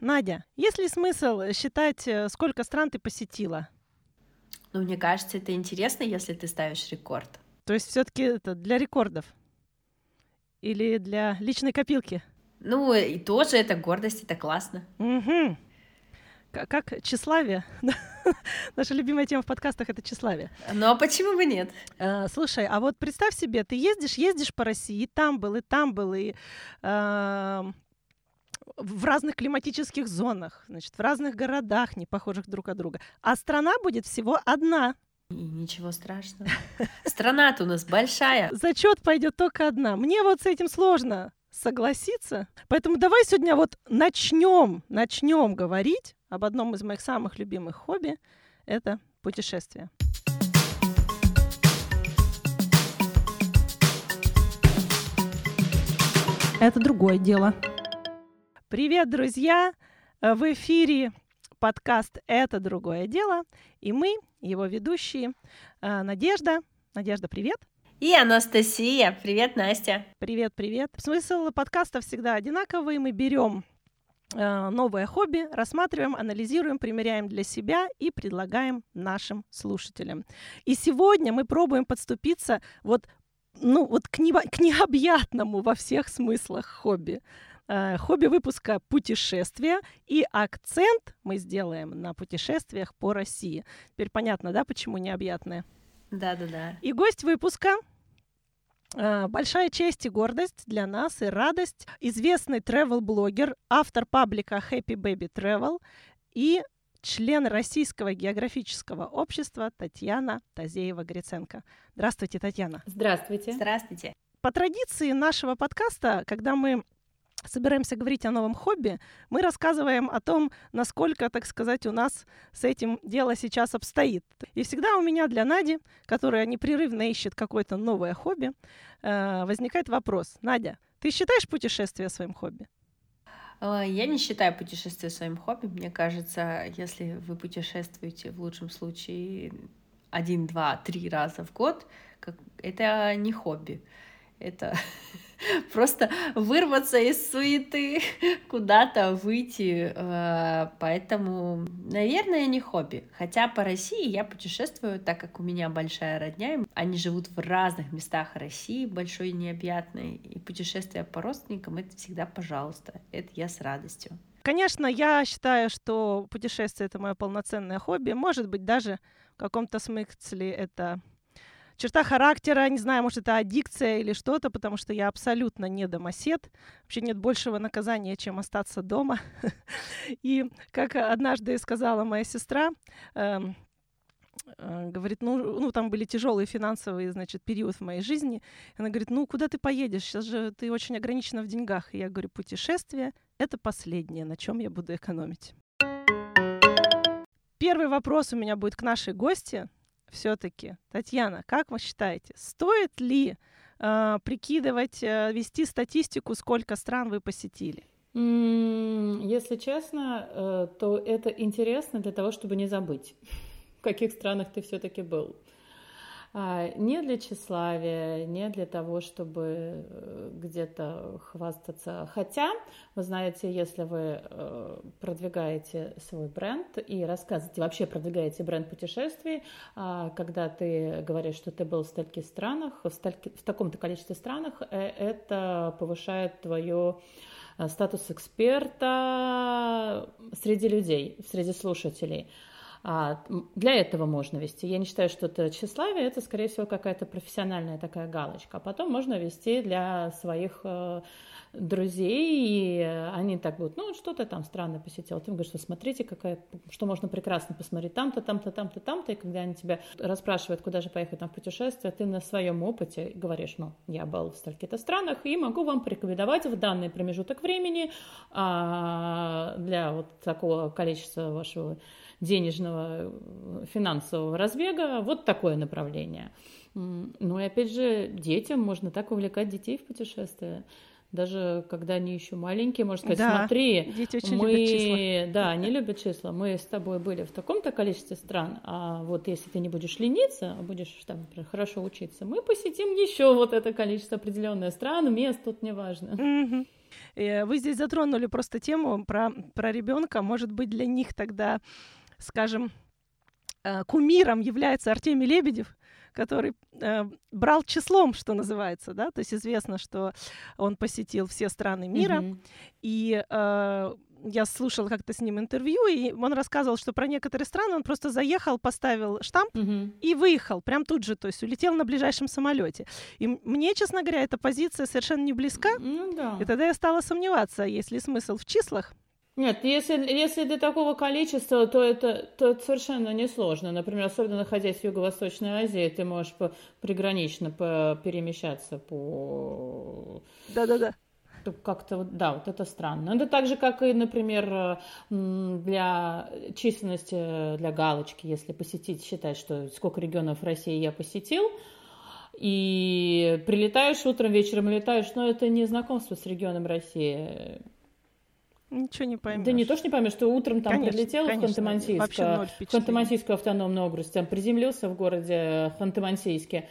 Надя, есть ли смысл считать, сколько стран ты посетила? Ну, мне кажется, это интересно, если ты ставишь рекорд. То есть все-таки это для рекордов или для личной копилки? Ну, и тоже это гордость, это классно. Угу. Как тщеславие. Наша любимая тема в подкастах — это тщеславие. Ну, а почему бы нет? Слушай, а вот представь себе, ты ездишь по России, и там был, и в разных климатических зонах, значит, в разных городах, не похожих друг от друга. А страна будет всего одна. И ничего страшного. Страна-то у нас большая. Зачет пойдет только одна. Мне вот с этим сложно согласиться. Поэтому давай сегодня вот начнем говорить об одном из моих самых любимых хобби. Это путешествия. Это другое дело. Привет, друзья! В эфире подкаст «Это другое дело». И мы, его ведущие, Надежда. Надежда, привет! И Анастасия. Привет, Настя. Привет. Смысл подкаста всегда одинаковый. Мы берем новое хобби, рассматриваем, анализируем, примеряем для себя и предлагаем нашим слушателям. И сегодня мы пробуем подступиться к необъятному во всех смыслах хобби. Хобби выпуска «Путешествия», и акцент мы сделаем на путешествиях по России. Теперь понятно, да, почему необъятное? Да. И гость выпуска большая честь и гордость для нас, и радость. Известный travel-блогер, автор паблика Happy Baby Travel и член Российского географического общества Татьяна Тазеева-Гриценко. Здравствуйте, Татьяна. Здравствуйте. По традиции нашего подкаста, когда мы собираемся говорить о новом хобби, мы рассказываем о том, насколько, так сказать, у нас с этим дело сейчас обстоит. И всегда у меня для Нади, которая непрерывно ищет какое-то новое хобби, возникает вопрос. Надя, ты считаешь путешествие своим хобби? Я не считаю путешествие своим хобби. Мне кажется, если вы путешествуете в лучшем случае 1, 2, 3 раза в год, это не хобби. Это просто вырваться из суеты, куда-то выйти. Поэтому, наверное, не хобби. Хотя по России я путешествую, так как у меня большая родня. Они живут в разных местах России, большой и необъятной. И путешествия по родственникам — это всегда пожалуйста. Это я с радостью. Конечно, я считаю, что путешествие — это мое полноценное хобби. Может быть, даже в каком-то смысле это черта характера, не знаю, может, это аддикция или что-то, потому что я абсолютно не домосед. Вообще нет большего наказания, чем остаться дома. И как однажды сказала моя сестра, говорит, там были тяжелые финансовые, период в моей жизни. Она говорит, куда ты поедешь? Сейчас же ты очень ограничена в деньгах. И я говорю, путешествие — это последнее, на чем я буду экономить. Первый вопрос у меня будет к нашей гости. Все-таки, Татьяна, как вы считаете, стоит ли прикидывать, вести статистику, сколько стран вы посетили? Если честно, то это интересно для того, чтобы не забыть, в каких странах ты все-таки был. Не для тщеславия, не для того, чтобы где-то хвастаться. Хотя, вы знаете, если вы продвигаете свой бренд и рассказываете, вообще продвигаете бренд путешествий, когда ты говоришь, что ты был в стольких странах, в таком-то количестве странах, это повышает твое статус эксперта среди людей, среди слушателей. Для этого можно вести. Я не считаю, что это тщеславие, это, скорее всего, какая-то профессиональная такая галочка. А потом можно вести для своих друзей, и они так будут, что ты там странно посетил. Ты им говоришь, что смотрите, что можно прекрасно посмотреть там-то, там-то, там-то, там-то. И когда они тебя расспрашивают, куда же поехать там в путешествие, ты на своем опыте говоришь, я был в стольких-то странах, и могу вам порекомендовать в данный промежуток времени для вот такого количества вашего денежного, финансового разбега вот такое направление. Ну и опять же, детям можно так увлекать детей в путешествия. Даже когда они еще маленькие, можно сказать, да, смотри, дети очень любят числа. Да, они любят числа. Мы с тобой были в таком-то количестве стран, а вот если ты не будешь лениться, а будешь там, например, хорошо учиться, мы посетим еще вот это количество определенных стран, мест, тут неважно. Mm-hmm. Вы здесь затронули просто тему про ребенка. Может быть, для них тогда, скажем, кумиром является Артемий Лебедев, который брал числом, что называется, да, то есть известно, что он посетил все страны мира, и я слушала как-то с ним интервью, и он рассказывал, что про некоторые страны он просто заехал, поставил штамп и выехал прям тут же, то есть улетел на ближайшем самолете. И мне, честно говоря, эта позиция совершенно не близка, и тогда я стала сомневаться, есть ли смысл в числах. Нет, если до такого количества, то это совершенно несложно. Например, особенно находясь в Юго-Восточной Азии, ты можешь пригранично перемещаться по... Да-да-да. Как-то, да, вот это странно. Это так же, как и, например, для численности, для галочки, если считать, что сколько регионов России я посетил, и прилетаешь утром, вечером летаешь, но это не знакомство с регионом России. Ничего не поймешь. Да не то, что не поймешь, что утром там прилетел в Ханты-Мансийскую автономную область, там приземлился в городе Ханты-Мансийске,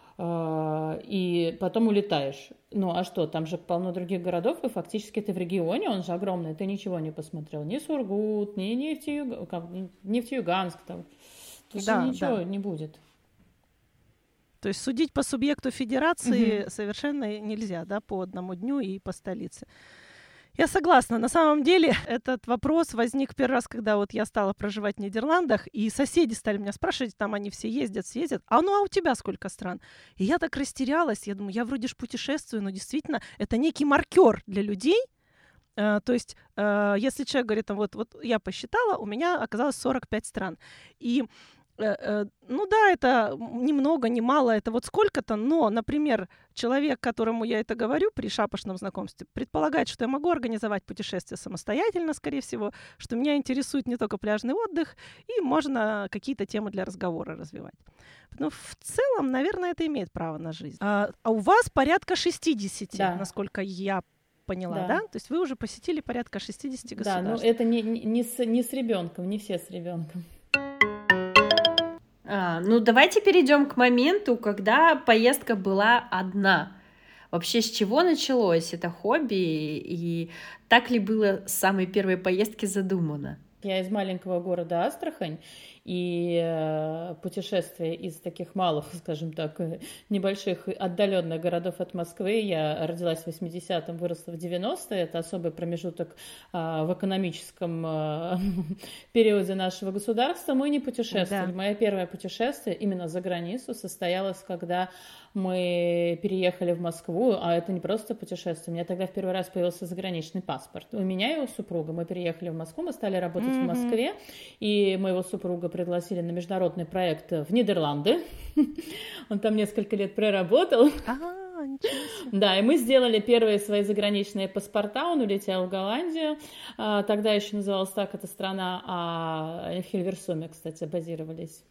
и потом улетаешь. Ну, а что, там же полно других городов, и фактически ты в регионе, он же огромный, ты ничего не посмотрел. Ни Сургут, ни Нефтеюганск, там. Тут же ничего не будет. То есть судить по субъекту федерации совершенно нельзя, да, по одному дню и по столице. Я согласна. На самом деле этот вопрос возник первый раз, когда вот я стала проживать в Нидерландах, и соседи стали меня спрашивать, там они все съездят, а у тебя сколько стран? И я так растерялась, я думаю, я вроде ж путешествую, но действительно это некий маркер для людей. То есть если человек говорит, вот я посчитала, у меня оказалось 45 стран. И ну да, это ни много, ни мало, это вот сколько-то, но, например, человек, которому я это говорю при шапошном знакомстве, предполагает, что я могу организовать путешествие самостоятельно, скорее всего, что меня интересует не только пляжный отдых, и можно какие-то темы для разговора развивать. Но в целом, наверное, это имеет право на жизнь. А у вас порядка 60, да, насколько я поняла, да? То есть вы уже посетили порядка 60 государств. Да, но это не с ребенком, не все с ребенком. Ну, давайте перейдем к моменту, когда поездка была одна. Вообще, с чего началось это хобби, и так ли было с самой первой поездки задумано? Я из маленького города Астрахань, и путешествие из таких малых, скажем так, небольших отдаленных городов от Москвы. Я родилась в 80-м, выросла в 90-е. Это особый промежуток в экономическом периоде нашего государства. Мы не путешествовали. Да. Мое первое путешествие именно за границу состоялось, когда мы переехали в Москву, а это не просто путешествие. У меня тогда в первый раз появился заграничный паспорт. У меня и у супруга. Мы переехали в Москву, мы стали работать в Москве, и моего супруга пригласили на международный проект в Нидерланды. Он там несколько лет проработал. Да, и мы сделали первые свои заграничные паспорта. Он улетел в Голландию. Тогда еще называлась так эта страна, а в Хильверсуме, кстати, базировались.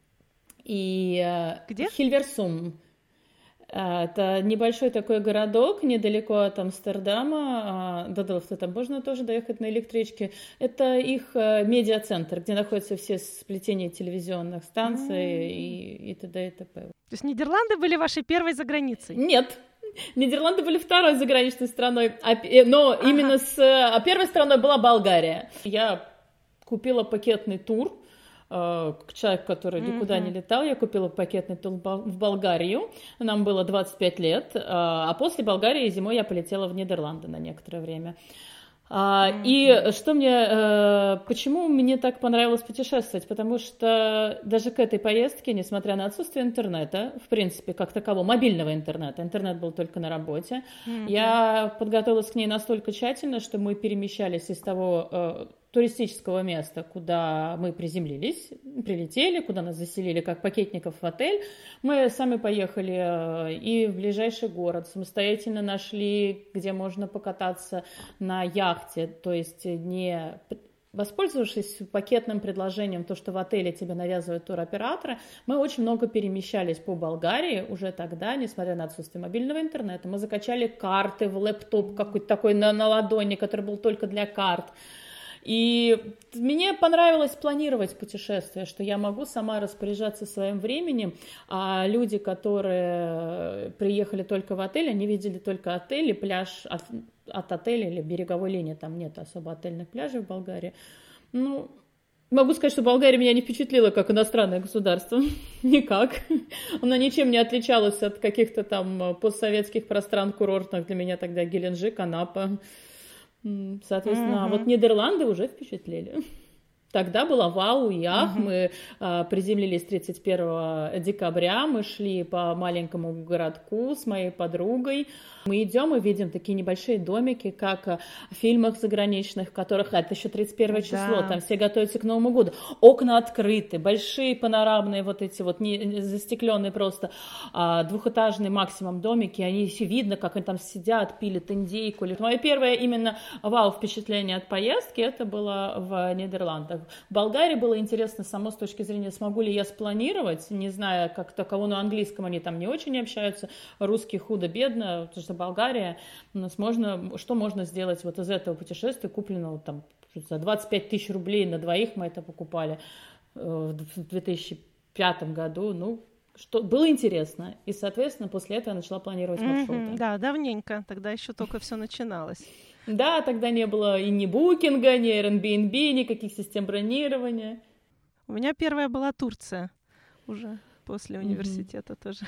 И где? Хильверсум. Это небольшой такой городок, недалеко от Амстердама. До Делфта там можно тоже доехать на электричке. Это их медиацентр, где находятся все сплетения телевизионных станций и т.д. и т.п. То есть Нидерланды были вашей первой заграницей? Нет. Нидерланды были второй заграничной страной, но именно первой страной была Болгария. Я купила пакетный тур. Человек, который никуда не летал, я купила пакетный тур в Болгарию, нам было 25 лет, а после Болгарии зимой я полетела в Нидерланды на некоторое время. И почему мне так понравилось путешествовать? Потому что даже к этой поездке, несмотря на отсутствие интернета, в принципе, как такового, мобильного интернета, интернет был только на работе, я подготовилась к ней настолько тщательно, что мы перемещались из того туристического места, куда мы прилетели, куда нас заселили как пакетников в отель. Мы сами поехали и в ближайший город, самостоятельно нашли, где можно покататься на яхте, то есть не воспользовавшись пакетным предложением, то, что в отеле тебе навязывают туроператоры, мы очень много перемещались по Болгарии уже тогда, несмотря на отсутствие мобильного интернета. Мы закачали карты в лэптоп какой-то такой на ладони, который был только для карт. И мне понравилось планировать путешествия, что я могу сама распоряжаться своим временем, а люди, которые приехали только в отель, они видели только отель и пляж от отеля или береговой линии, там нет особо отельных пляжей в Болгарии. Ну, могу сказать, что Болгария меня не впечатлила как иностранное государство. Никак. Она ничем не отличалась от каких-то там постсоветских пространств курортных. Для меня тогда Геленджик, Анапа. Соответственно, вот Нидерланды уже впечатлили. Тогда было вау и ах, мы приземлились 31 декабря, мы шли по маленькому городку с моей подругой. Мы идем и видим такие небольшие домики, как в фильмах заграничных, в которых это еще 31 число, там все готовятся к Новому году. Окна открыты, большие панорамные вот эти вот не застекленные просто двухэтажные максимум домики, они еще видно, как они там сидят, пилят индейку. Мое первое именно вау впечатление от поездки это было в Нидерландах. В Болгарии было интересно само с точки зрения, смогу ли я спланировать, не знаю, как таково, на английском они там не очень общаются, русский худо-бедно, потому что Болгария, у нас что можно сделать вот из этого путешествия, купленного там за 25 тысяч рублей на двоих мы это покупали в 2005 году, ну, что было интересно, и, соответственно, после этого я начала планировать маршруты. Да, давненько, тогда еще только все начиналось. Да, тогда не было и ни букинга, ни Airbnb, никаких систем бронирования. У меня первая была Турция, уже после университета тоже.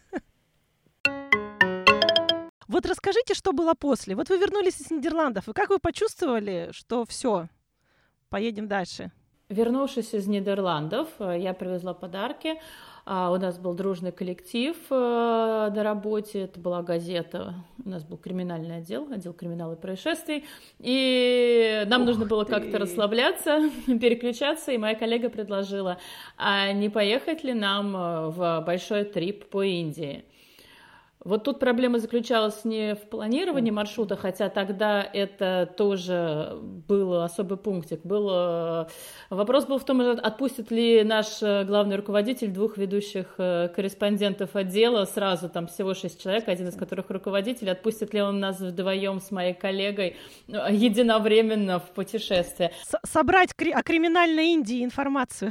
Вот расскажите, что было после. Вот вы вернулись из Нидерландов, и как вы почувствовали, что все, поедем дальше? Вернувшись из Нидерландов, я привезла подарки. У нас был дружный коллектив на работе, это была газета, у нас был криминальный отдел криминала и происшествий, и нам нужно было как-то расслабляться, переключаться, и моя коллега предложила, а не поехать ли нам в большой трип по Индии. Вот тут проблема заключалась не в планировании маршрута, хотя тогда это тоже был особый пунктик. Вопрос был в том, отпустит ли наш главный руководитель двух ведущих корреспондентов отдела, сразу там всего 6 человек, один из которых руководитель, отпустит ли он нас вдвоем с моей коллегой единовременно в путешествие. Собрать о криминальной Индии информацию.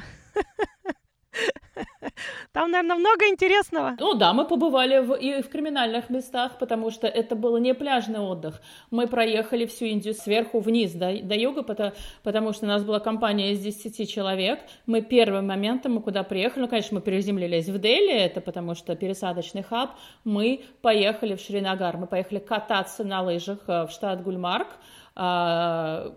Там, наверное, много интересного. Ну да, мы побывали и в криминальных местах, потому что это был не пляжный отдых. Мы проехали всю Индию сверху вниз до юга, потому что у нас была компания из 10 человек. Мы первым моментом, куда приехали, ну, конечно, мы приземлились в Дели, это потому что пересадочный хаб. Мы поехали в Шринагар, мы поехали кататься на лыжах в штат Гульмарг. Гора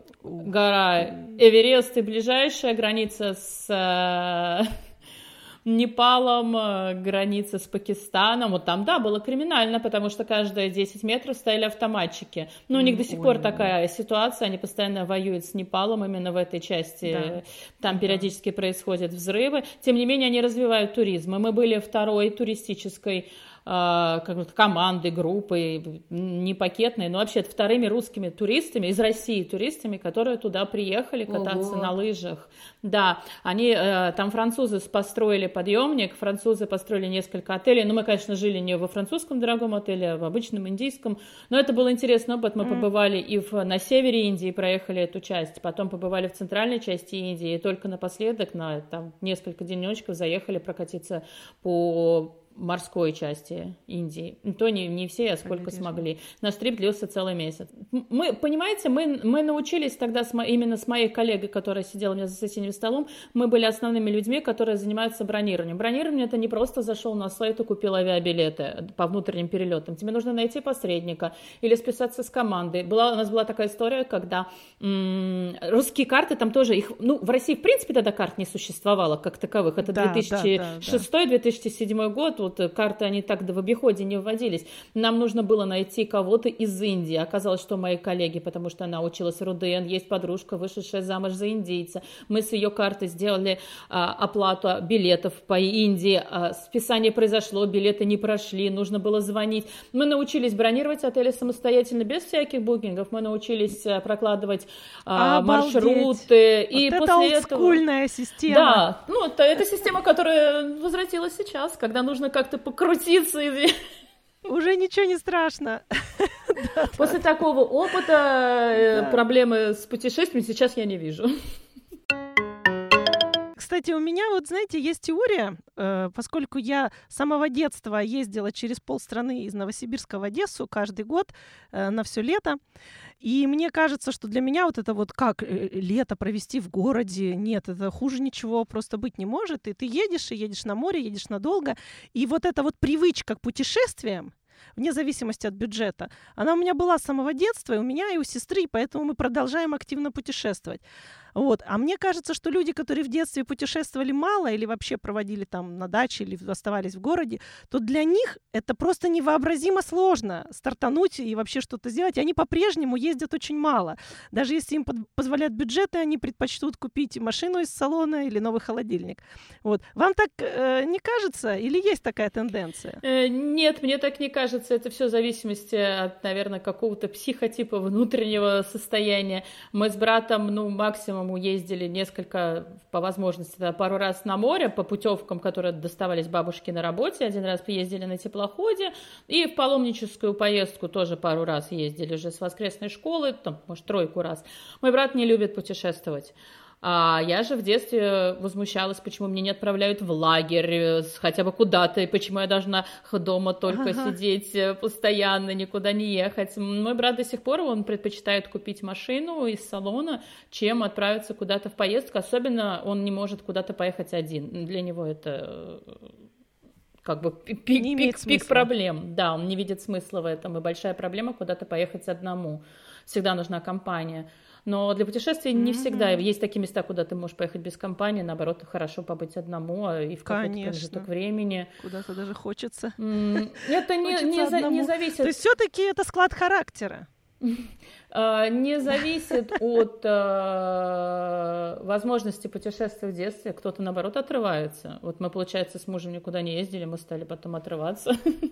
Эверест и ближайшая граница с Непалом, граница с Пакистаном. Вот там, да, было криминально, потому что каждые 10 метров стояли автоматчики. Но у них до сих пор такая ситуация, они постоянно воюют с Непалом именно в этой части. Да. Там периодически происходят взрывы. Тем не менее, они развивают туризм. И мы были второй туристической команды, группы, не пакетные, но вообще вторыми русскими туристами, из России туристами, которые туда приехали кататься на лыжах. Да, они, там французы построили подъемник, французы построили несколько отелей, но мы, конечно, жили не во французском дорогом отеле, а в обычном индийском, но это был интересный опыт, мы побывали и на севере Индии, проехали эту часть, потом побывали в центральной части Индии, и только напоследок на там, несколько денечков заехали прокатиться по морской части Индии. То не все, а сколько смогли. Наш трип длился целый месяц. Мы, понимаете, мы научились тогда именно с моей коллегой, которая сидела у меня за соседним столом, мы были основными людьми, которые занимаются бронированием. Бронирование — это не просто зашел на сайт и купил авиабилеты по внутренним перелетам. Тебе нужно найти посредника или списаться с командой. У нас была такая история, когда русские карты, там тоже их... Ну, в России, в принципе, тогда карт не существовало как таковых. Это 2006-2007 год. Вот карты, они так в обиходе не вводились. Нам нужно было найти кого-то из Индии. Оказалось, что мои коллеги, потому что она училась в РУДН, есть подружка, вышедшая замуж за индейца. Мы с ее карты сделали оплату билетов по Индии. Списание произошло, билеты не прошли, нужно было звонить. Мы научились бронировать отели самостоятельно, без всяких букингов. Мы научились прокладывать маршруты. Вот и это олдскульная система. Да, ну это система, которая возвратилась сейчас, когда нужно как-то покрутиться. Уже ничего не страшно. После такого опыта проблемы с путешествиями сейчас я не вижу. Кстати, у меня вот, знаете, есть теория, поскольку я с самого детства ездила через полстраны из Новосибирска в Одессу каждый год на все лето, и мне кажется, что для меня вот это вот как лето провести в городе, нет, это хуже ничего просто быть не может, и ты едешь, и едешь на море, едешь надолго, и вот эта вот привычка к путешествиям, вне зависимости от бюджета, она у меня была с самого детства, и у меня, и у сестры, и поэтому мы продолжаем активно путешествовать. Вот. А мне кажется, что люди, которые в детстве путешествовали мало или вообще проводили там на даче или оставались в городе, то для них это просто невообразимо сложно стартануть и вообще что-то сделать. И они по-прежнему ездят очень мало. Даже если им позволяют бюджеты, они предпочтут купить машину из салона или новый холодильник. Вот. Вам так не кажется? Или есть такая тенденция? Нет, мне так не кажется. Это все в зависимости от, наверное, какого-то психотипа внутреннего состояния. Мы с братом, максимум ездили по возможности, пару раз на море по путевкам, которые доставались бабушке на работе. Один раз поездили на теплоходе, и в паломническую поездку тоже пару раз ездили уже с воскресной школы, может, 3 раз. Мой брат не любит путешествовать. А я же в детстве возмущалась, почему меня не отправляют в лагерь хотя бы куда-то, и почему я должна дома только сидеть постоянно, никуда не ехать. Мой брат до сих пор, он предпочитает купить машину из салона, чем отправиться куда-то в поездку. Особенно он не может куда-то поехать один. Для него это как бы пик проблем. Да, он не видит смысла в этом, и большая проблема куда-то поехать одному. Всегда нужна компания. Но для путешествий не всегда. Есть такие места, куда ты можешь поехать без компании, наоборот, хорошо побыть одному и в какой-то промежуток времени. Куда-то даже хочется. Это не зависит. То есть все-таки это склад характера. Не зависит от возможности путешествия в детстве. Кто-то, наоборот, отрывается. Вот мы, получается, с мужем никуда не ездили, мы стали потом отрываться.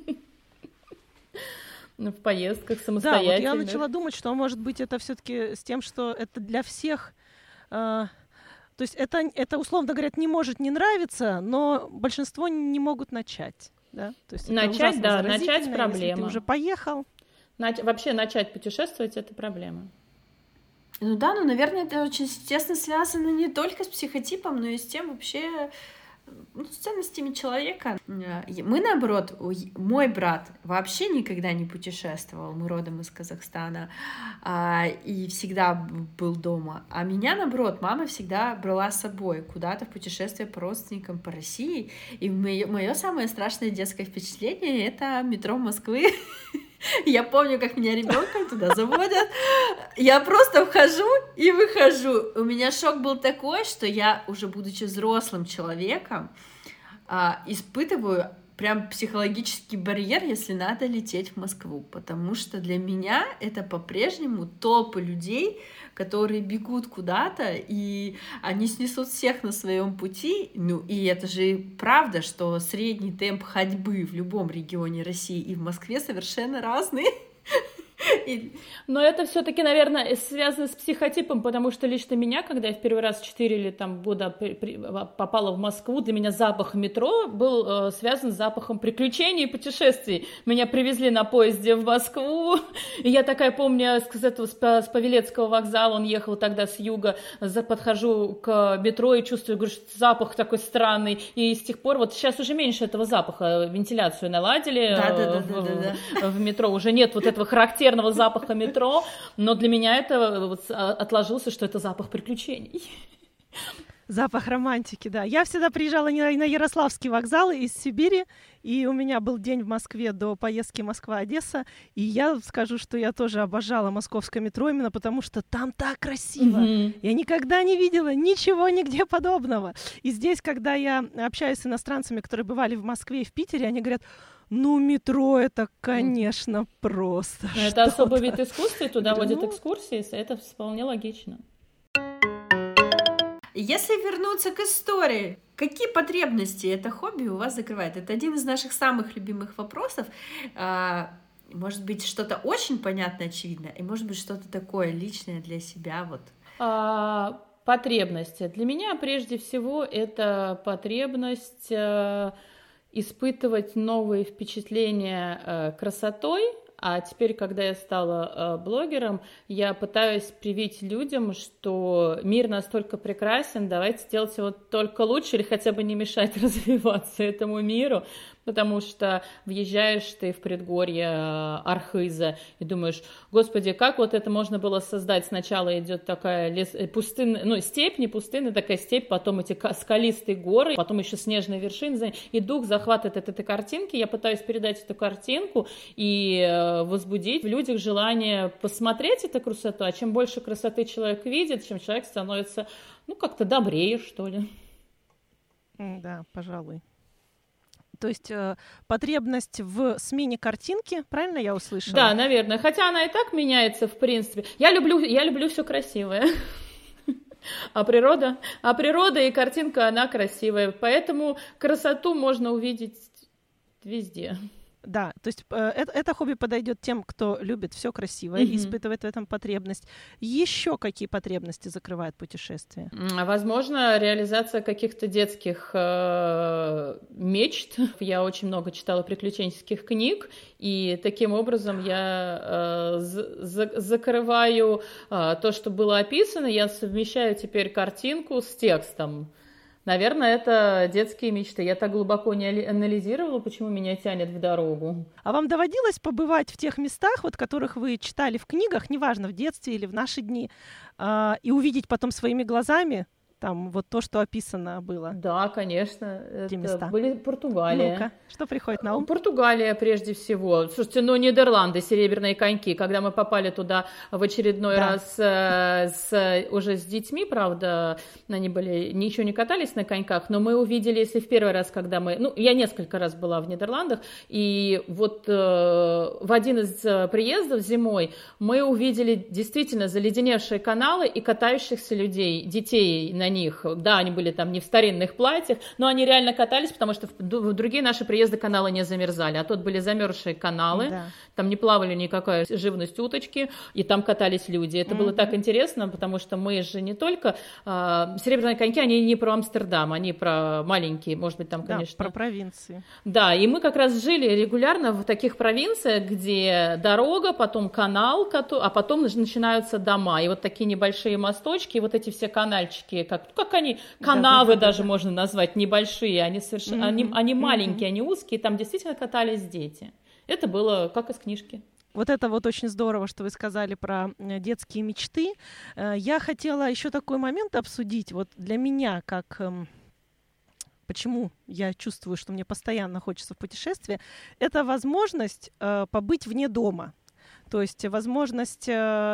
В поездках самостоятельно. Да, вот я начала думать, что, может быть, это все-таки с тем, что это для всех... то есть это, условно говоря, не может не нравиться, но большинство не могут начать. Да? То есть начать проблема. Если ты уже поехал. Вообще начать путешествовать — это проблема. Наверное, это очень тесно связано не только с психотипом, но и с тем вообще... с ценностями человека. Мы, наоборот, мой брат вообще никогда не путешествовал, мы родом из Казахстана, и всегда был дома. А меня, наоборот, мама всегда брала с собой куда-то в путешествие по родственникам по России. И мое самое страшное детское впечатление — это метро Москвы. Я помню, как меня ребенком туда заводят. Я просто вхожу и выхожу. У меня шок был такой, что я, уже будучи взрослым человеком, испытываю прям психологический барьер, если надо лететь в Москву. Потому что для меня это по-прежнему толпы людей, которые бегут куда-то, и они снесут всех на своем пути. И это же правда, что средний темп ходьбы в любом регионе России и в Москве совершенно разный. Но это все-таки, наверное, связано с психотипом, потому что лично меня, когда я в первый раз 4 или года попала в Москву, для меня запах метро был связан с запахом приключений и путешествий. Меня привезли на поезде в Москву, и я такая помню, с Павелецкого вокзала, он ехал тогда с юга, подхожу к метро и чувствую, говорю, что запах такой странный, и с тех пор, вот сейчас уже меньше этого запаха, вентиляцию наладили в метро, уже нет вот этого характерного запаха метро, но для меня это отложился, что это запах приключений. Запах романтики, да. Я всегда приезжала на Ярославский вокзал из Сибири, и у меня был день в Москве до поездки Москва-Одесса, и я скажу, что я тоже обожала московское метро именно потому, что там так красиво. Я никогда не видела ничего нигде подобного. И здесь, когда я общаюсь с иностранцами, которые бывали в Москве и в Питере, они говорят: метро — это, конечно, просто. Это особый вид искусства, и туда водят экскурсии, это вполне логично. Если вернуться к истории, какие потребности это хобби у вас закрывает? Это один из наших самых любимых вопросов. Может быть, что-то очень понятное, очевидное, и может быть, что-то такое личное для себя. Потребности. Для меня, прежде всего, это потребность испытывать новые впечатления красотой, а теперь, когда я стала блогером, я пытаюсь привить людям, что мир настолько прекрасен, давайте делать его только лучше или хотя бы не мешать развиваться этому миру, потому что въезжаешь ты в предгорье Архиза и думаешь, господи, как вот это можно было создать? Сначала идет такая пустынная, ну, степь, не пустынная, такая степь, потом эти скалистые горы, потом еще снежные вершины, и дух захватывает от этой картинки. Я пытаюсь передать эту картинку и возбудить в людях желание посмотреть эту красоту, а чем больше красоты человек видит, чем человек становится, ну, как-то добрее, что ли. Да, пожалуй. То есть потребность в смене картинки, правильно я услышала? Да, наверное. Хотя она и так меняется, в принципе. Я люблю все красивое. А природа и картинка, она красивая. Поэтому красоту можно увидеть везде. Да, то есть это хобби подойдет тем, кто любит все красивое и испытывает в этом потребность. Еще какие потребности закрывает путешествие? Возможно, реализация каких-то детских мечт. Я очень много читала приключенческих книг, и таким образом я закрываю то, что было описано, я совмещаю теперь картинку с текстом. Наверное, это детские мечты. Я так глубоко не анализировала, почему меня тянет в дорогу. А вам доводилось побывать в тех местах, вот, которых вы читали в книгах, неважно, в детстве или в наши дни, и увидеть потом своими глазами там вот то, что описано было? Да, конечно. Те места. Были Португалия. Ну-ка, что приходит на ум? Португалия прежде всего. Слушайте, Нидерланды, серебряные коньки. Когда мы попали туда в очередной раз уже с детьми, правда, они были, ничего не катались на коньках, но мы увидели, если в первый раз, когда мы... Ну, я несколько раз была в Нидерландах, и вот в один из приездов зимой мы увидели действительно заледеневшие каналы и катающихся людей, детей на них. Да, они были там не в старинных платьях, но они реально катались, потому что в другие наши приезды каналы не замерзали, а тут были замерзшие каналы, да. Там не плавали никакая живность уточки, и там катались люди. Это было так интересно, потому что мы же не только... серебряные коньки, они не про Амстердам, они про маленькие, может быть, там, конечно... Да, про провинции. Да, и мы как раз жили регулярно в таких провинциях, где дорога, потом канал, а потом начинаются дома, и вот такие небольшие мосточки, и вот эти все канальчики, как они, канавы даже можно назвать, небольшие, они совершенно, они маленькие, они узкие, там действительно катались дети. Это было как из книжки. Вот это вот очень здорово, что вы сказали про детские мечты. Я хотела еще такой момент обсудить. Вот для меня, как почему я чувствую, что мне постоянно хочется в путешествие, это возможность побыть вне дома. То есть возможность...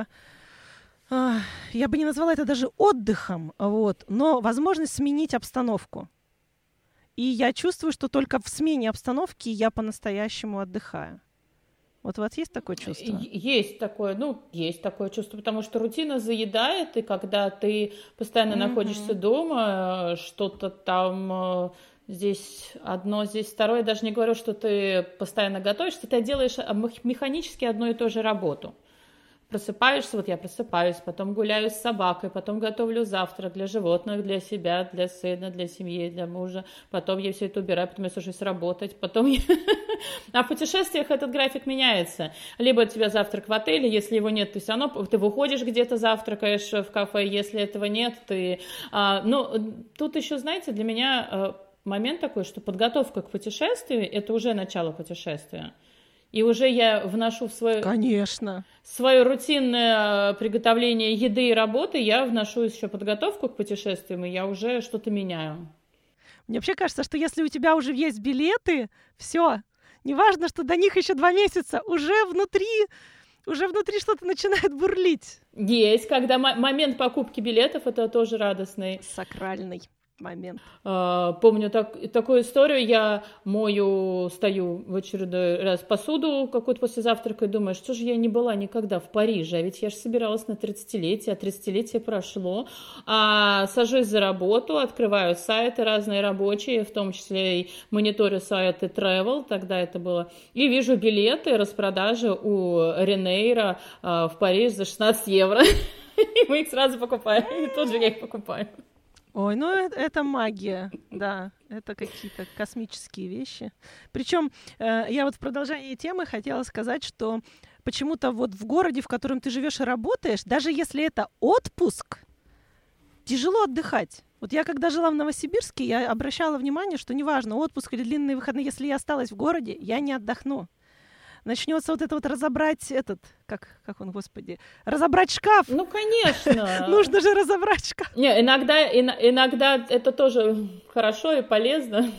я бы не назвала это даже отдыхом, вот, но возможность сменить обстановку. И я чувствую, что только в смене обстановки я по-настоящему отдыхаю. Вот у вас есть такое чувство? Есть такое чувство, потому что рутина заедает, и когда ты постоянно находишься дома, что-то там... Здесь одно, здесь второе. Я даже не говорю, что ты постоянно готовишься, ты делаешь механически одну и ту же работу. Просыпаешься, вот я просыпаюсь, потом гуляю с собакой, потом готовлю завтрак для животных, для себя, для сына, для семьи, для мужа, потом я все это убираю, потом я сажусь работать, потом я... А в путешествиях этот график меняется. Либо у тебя завтрак в отеле, если его нет, ты все равно ты выходишь где-то, завтракаешь в кафе, если этого нет, ты... Но тут еще, знаете, для меня момент такой, что подготовка к путешествию – это уже начало путешествия. И уже я вношу в свое рутинное приготовление еды и работы, я вношу еще подготовку к путешествиям, и я уже что-то меняю. Мне вообще кажется, что если у тебя уже есть билеты, все, неважно, что до них еще 2 месяца, уже внутри что-то начинает бурлить. Есть, когда момент покупки билетов, это тоже радостный. Сакральный момент. Помню такую историю, я стою в очередной раз посуду какую-то после завтрака и думаю, что же я не была никогда в Париже, а ведь я же собиралась на 30-летие, а 30-летие прошло, сажусь за работу, открываю сайты разные рабочие, в том числе и мониторю сайты Travel, тогда это было, и вижу билеты, распродажи у Ренейра в Париж за 16 евро, и мы их сразу покупаем, и тут же я их покупаю. Ой, ну это магия, да, это какие-то космические вещи. Причем я вот в продолжении темы хотела сказать, что почему-то вот в городе, в котором ты живешь и работаешь, даже если это отпуск, тяжело отдыхать. Вот я когда жила в Новосибирске, я обращала внимание, что неважно, отпуск или длинные выходные, если я осталась в городе, я не отдохну. Начнется вот это вот разобрать как он, господи, разобрать шкаф. Ну, конечно. Нужно же разобрать шкаф. Не, иногда это тоже хорошо и полезно.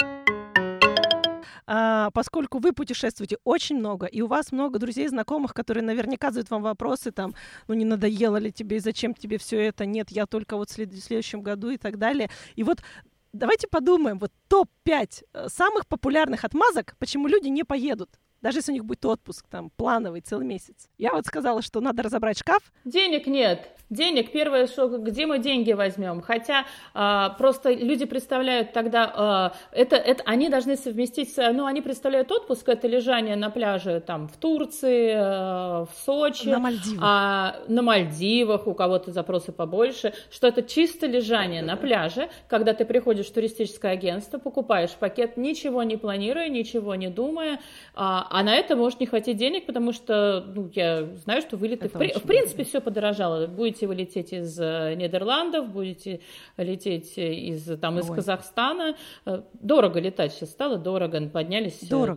Поскольку вы путешествуете очень много, и у вас много друзей, знакомых, которые наверняка задают вам вопросы, там, ну, не надоело ли тебе, и зачем тебе все это, нет, я только вот в следующем году и так далее. И вот давайте подумаем, вот топ-5 самых популярных отмазок, почему люди не поедут. Даже если у них будет отпуск, там, плановый, целый месяц. Я вот сказала, что надо разобрать шкаф. Денег нет. Денег, первое, что где мы деньги возьмем? Хотя просто люди представляют тогда, они должны совместить, ну, они представляют отпуск, это лежание на пляже там в Турции, в Сочи. На Мальдивах. На Мальдивах, у кого-то запросы побольше, что это чисто лежание на пляже, когда ты приходишь в туристическое агентство, покупаешь пакет, ничего не планируя, ничего не думая, а на это может не хватить денег, потому что, ну, я знаю, что вылеты... В принципе, все подорожало. Будете вы лететь из Нидерландов, будете лететь из Казахстана. Дорого летать сейчас стало, дорого. Поднялись,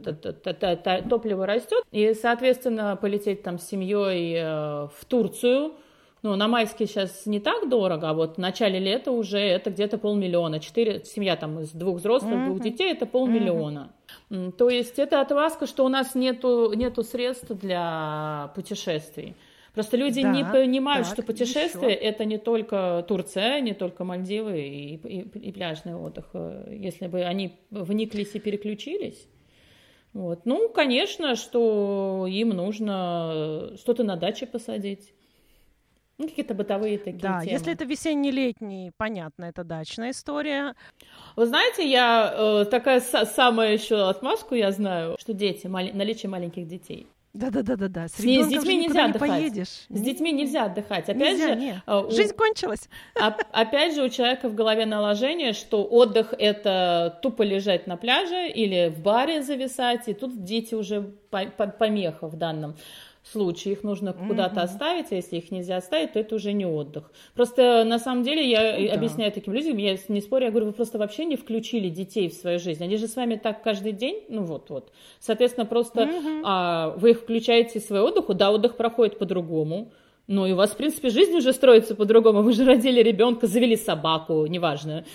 топливо растет. И, соответственно, полететь там с семьей в Турцию. Ну, на майские сейчас не так дорого, а вот в начале лета уже это где-то 500 000. Семья там из 2 взрослых, 2 детей, это 500 000. То есть это отмазка, что у нас нету средств для путешествий. Просто люди не понимают, что путешествие это не только Турция, не только Мальдивы и пляжный отдых. Если бы они вниклись и переключились. Вот. Ну, конечно, что им нужно что-то на даче посадить. Ну, какие-то бытовые такие темы. Да, если это весенне-летний, понятно, это дачная история. Вы знаете, я такая самая еще отмазку я знаю, что дети, наличие маленьких детей. Да. С детьми нельзя отдыхать. Поедешь. С детьми нельзя отдыхать. Опять же, жизнь кончилась. Опять же, у человека в голове наложение, что отдых — это тупо лежать на пляже или в баре зависать, и тут дети уже помеха в данном случае. Их нужно куда-то оставить, а если их нельзя оставить, то это уже не отдых. Просто на самом деле я объясняю таким людям, я не спорю, я говорю, вы просто вообще не включили детей в свою жизнь. Они же с вами так каждый день, ну вот. Соответственно, просто вы их включаете в свой отдых, да, отдых проходит по-другому. Ну, и у вас, в принципе, жизнь уже строится по-другому. Вы же родили ребенка, завели собаку, неважно.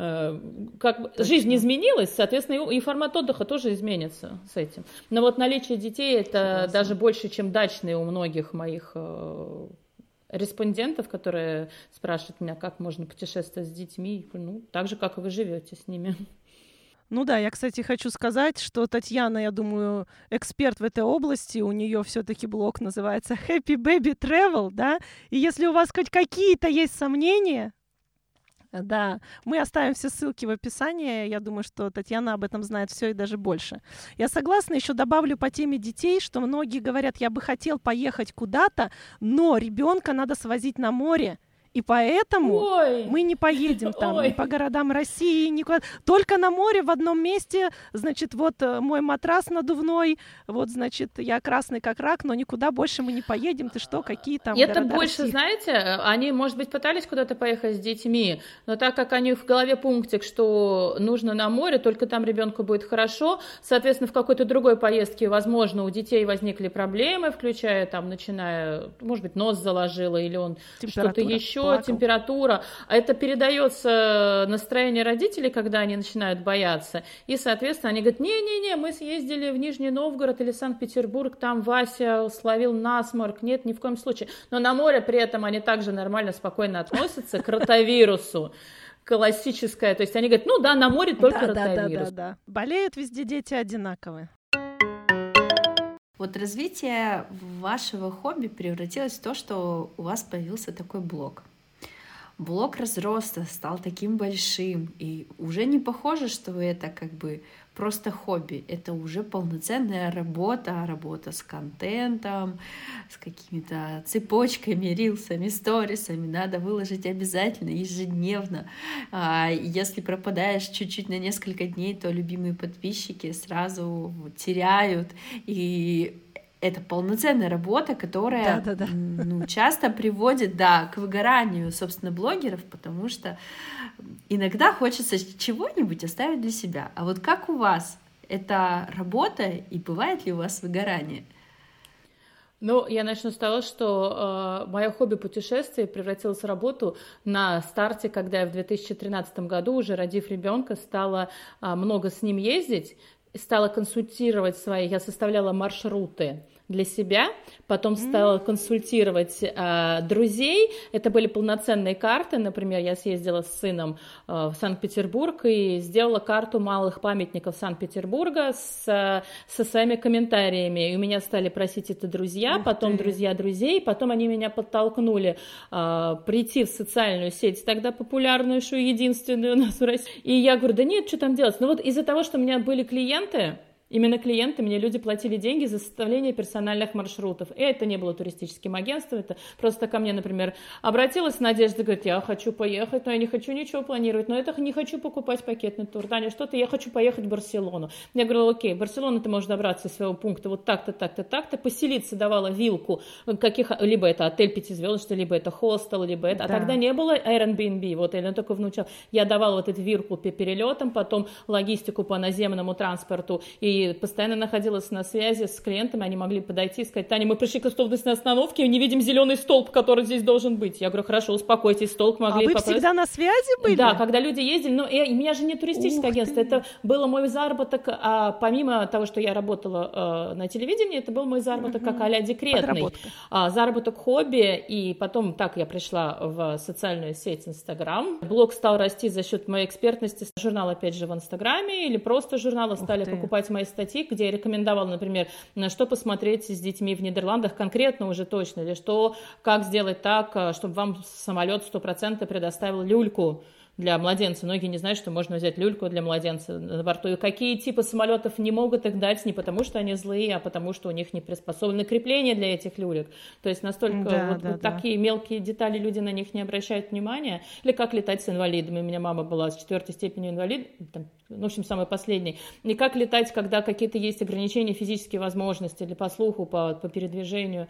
Жизнь изменилась, соответственно, и формат отдыха тоже изменится с этим. Но вот наличие детей — это даже больше, чем дачные у многих моих респондентов, которые спрашивают меня, как можно путешествовать с детьми. Ну, так же, как и вы живете с ними. Ну да, я, кстати, хочу сказать, что Татьяна, я думаю, эксперт в этой области, у нее все-таки блог называется Happy Baby Travel, да, и если у вас хоть какие-то есть сомнения, да, мы оставим все ссылки в описании, я думаю, что Татьяна об этом знает все и даже больше. Я согласна, еще добавлю по теме детей, что многие говорят, я бы хотел поехать куда-то, но ребенка надо свозить на море. И поэтому мы не поедем там ни по городам России, никуда. Только на море в одном месте, значит, вот мой матрас надувной, вот, значит, я красный как рак, но никуда больше мы не поедем. Ты что, какие там это города больше, России? Знаете, они, может быть, пытались куда-то поехать с детьми, но так как они в голове пунктик, что нужно на море, только там ребенку будет хорошо, соответственно, в какой-то другой поездке, возможно, у детей возникли проблемы, включая там, начиная, может быть, нос заложило, или он что-то еще, температура, а это передается настроение родителей, когда они начинают бояться, и, соответственно, они говорят, не-не-не, мы съездили в Нижний Новгород или Санкт-Петербург, там Вася словил насморк, нет, ни в коем случае, но на море при этом они также нормально, спокойно относятся к ротавирусу, классическое, то есть они говорят, ну да, на море только ротавирус. Да. Болеют везде дети одинаковые. Вот развитие вашего хобби превратилось в то, что у вас появился такой блог. блог разросся, стал таким большим, и уже не похоже, что это как бы просто хобби, это уже полноценная работа с контентом, с какими-то цепочками, рилсами, сторисами, надо выложить обязательно, ежедневно. Если пропадаешь чуть-чуть на несколько дней, то любимые подписчики сразу теряют, и это полноценная работа, которая часто приводит, к выгоранию, собственно, блогеров, потому что иногда хочется чего-нибудь оставить для себя. А вот как у вас? Это работа, и бывает ли у вас выгорание? Ну, я начну с того, что мое хобби путешествий превратилось в работу на старте, когда я в 2013 году, уже родив ребенка, стала много с ним ездить, стала консультировать я составляла маршруты для себя, потом стала консультировать друзей. Это были полноценные карты. Например, я съездила с сыном в Санкт-Петербург и сделала карту малых памятников Санкт-Петербурга со своими комментариями. И у меня стали просить это друзья, потом друзья друзей, потом они меня подтолкнули прийти в социальную сеть, тогда популярную, что единственную у нас в России. И я говорю, да нет, что там делать? Но вот из-за того, что у меня были клиенты, именно клиенты, мне люди платили деньги за составление персональных маршрутов. И это не было туристическим агентством, это просто ко мне, например, обратилась Надежда, говорит, я хочу поехать, но я не хочу ничего планировать, но я не хочу покупать пакетный тур. Таня, что-то, я хочу поехать в Барселону. Я говорю, окей, в Барселону ты можешь добраться из своего пункта вот так-то, так-то, так-то, поселиться давала вилку, либо это отель 5-звездочный, либо это хостел, либо это, а тогда не было Airbnb, вот, я только внучала. Я давала вот эту вилку по перелетам, потом логистику по наземному транспорту, и постоянно находилась на связи с клиентами, они могли подойти и сказать, Таня, мы пришли к автобусной остановке и не видим зеленый столб, который здесь должен быть. Я говорю, хорошо, успокойтесь, столб могли поправить. Вы всегда на связи были? Да, когда люди ездили, но у меня же не туристическое агентство, это был мой заработок, помимо того, что я работала на телевидении, это был мой заработок как а-ля декретный. Заработок хобби, и потом так я пришла в социальную сеть Инстаграм. Блог стал расти за счет моей экспертности, журнал опять же в Инстаграме, или просто журналы стали покупать мои статьи, где я рекомендовала, например, на что посмотреть с детьми в Нидерландах конкретно уже точно, или как сделать так, чтобы вам самолет 100% предоставил люльку для младенца. Многие не знают, что можно взять люльку для младенца на борту. И какие типы самолетов не могут их дать не потому, что они злые, а потому, что у них не приспособлены крепления для этих люлек. То есть настолько такие мелкие детали, люди на них не обращают внимания. Или как летать с инвалидами. У меня мама была с 4-й степенью инвалид, в общем, самый последний. И как летать, когда какие-то есть ограничения физические возможности или по слуху, по передвижению.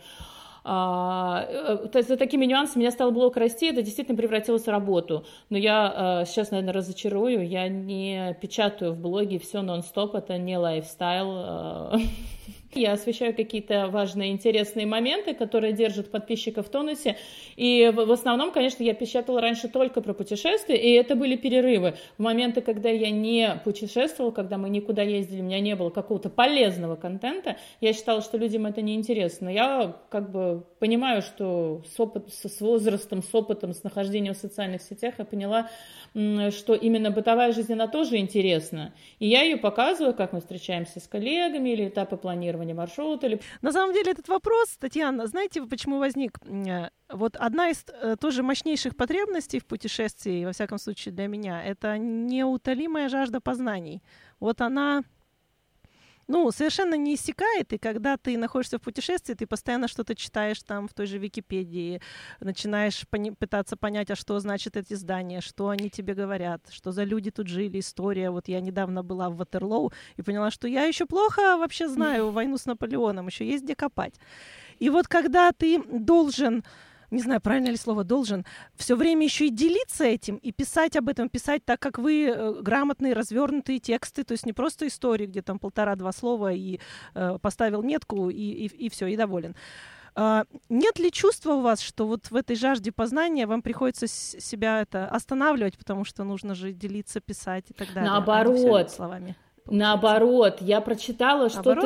То есть за такими нюансами у меня стал блог расти, это действительно превратилось в работу. Но я сейчас, наверное, разочарую, я не печатаю в блоге все нон-стоп, это не лайфстайл. Я освещаю какие-то важные, интересные моменты, которые держат подписчиков в тонусе. И в основном, конечно, я печатала раньше только про путешествия, и это были перерывы. В моменты, когда я не путешествовала, когда мы никуда ездили, у меня не было какого-то полезного контента, я считала, что людям это неинтересно. Я как бы понимаю, что с возрастом, с опытом, с нахождением в социальных сетях я поняла, что именно бытовая жизнь, она тоже интересна. И я ее показываю, как мы встречаемся с коллегами, или этапы планирования маршрута. На самом деле этот вопрос, Татьяна, знаете, почему возник? Вот одна из тоже мощнейших потребностей в путешествии, во всяком случае для меня, это неутолимая жажда познаний. Вот она... совершенно не иссякает, и когда ты находишься в путешествии, ты постоянно что-то читаешь там в той же Википедии, начинаешь пытаться понять, а что значит эти здания, что они тебе говорят, что за люди тут жили, история. Вот я недавно была в Ватерлоу и поняла, что я еще плохо вообще знаю войну с Наполеоном, еще есть где копать. И вот когда ты должен... не знаю, правильно ли слово «должен», все время еще и делиться этим, и писать об этом, писать так, как вы, грамотные, развернутые тексты, то есть не просто истории, где там 1,5-2 слова, и поставил метку, и все, и доволен. Нет ли чувства у вас, что вот в этой жажде познания вам приходится себя останавливать, потому что нужно же делиться, писать и так далее? Наоборот. Словами. Наоборот, я прочитала что-то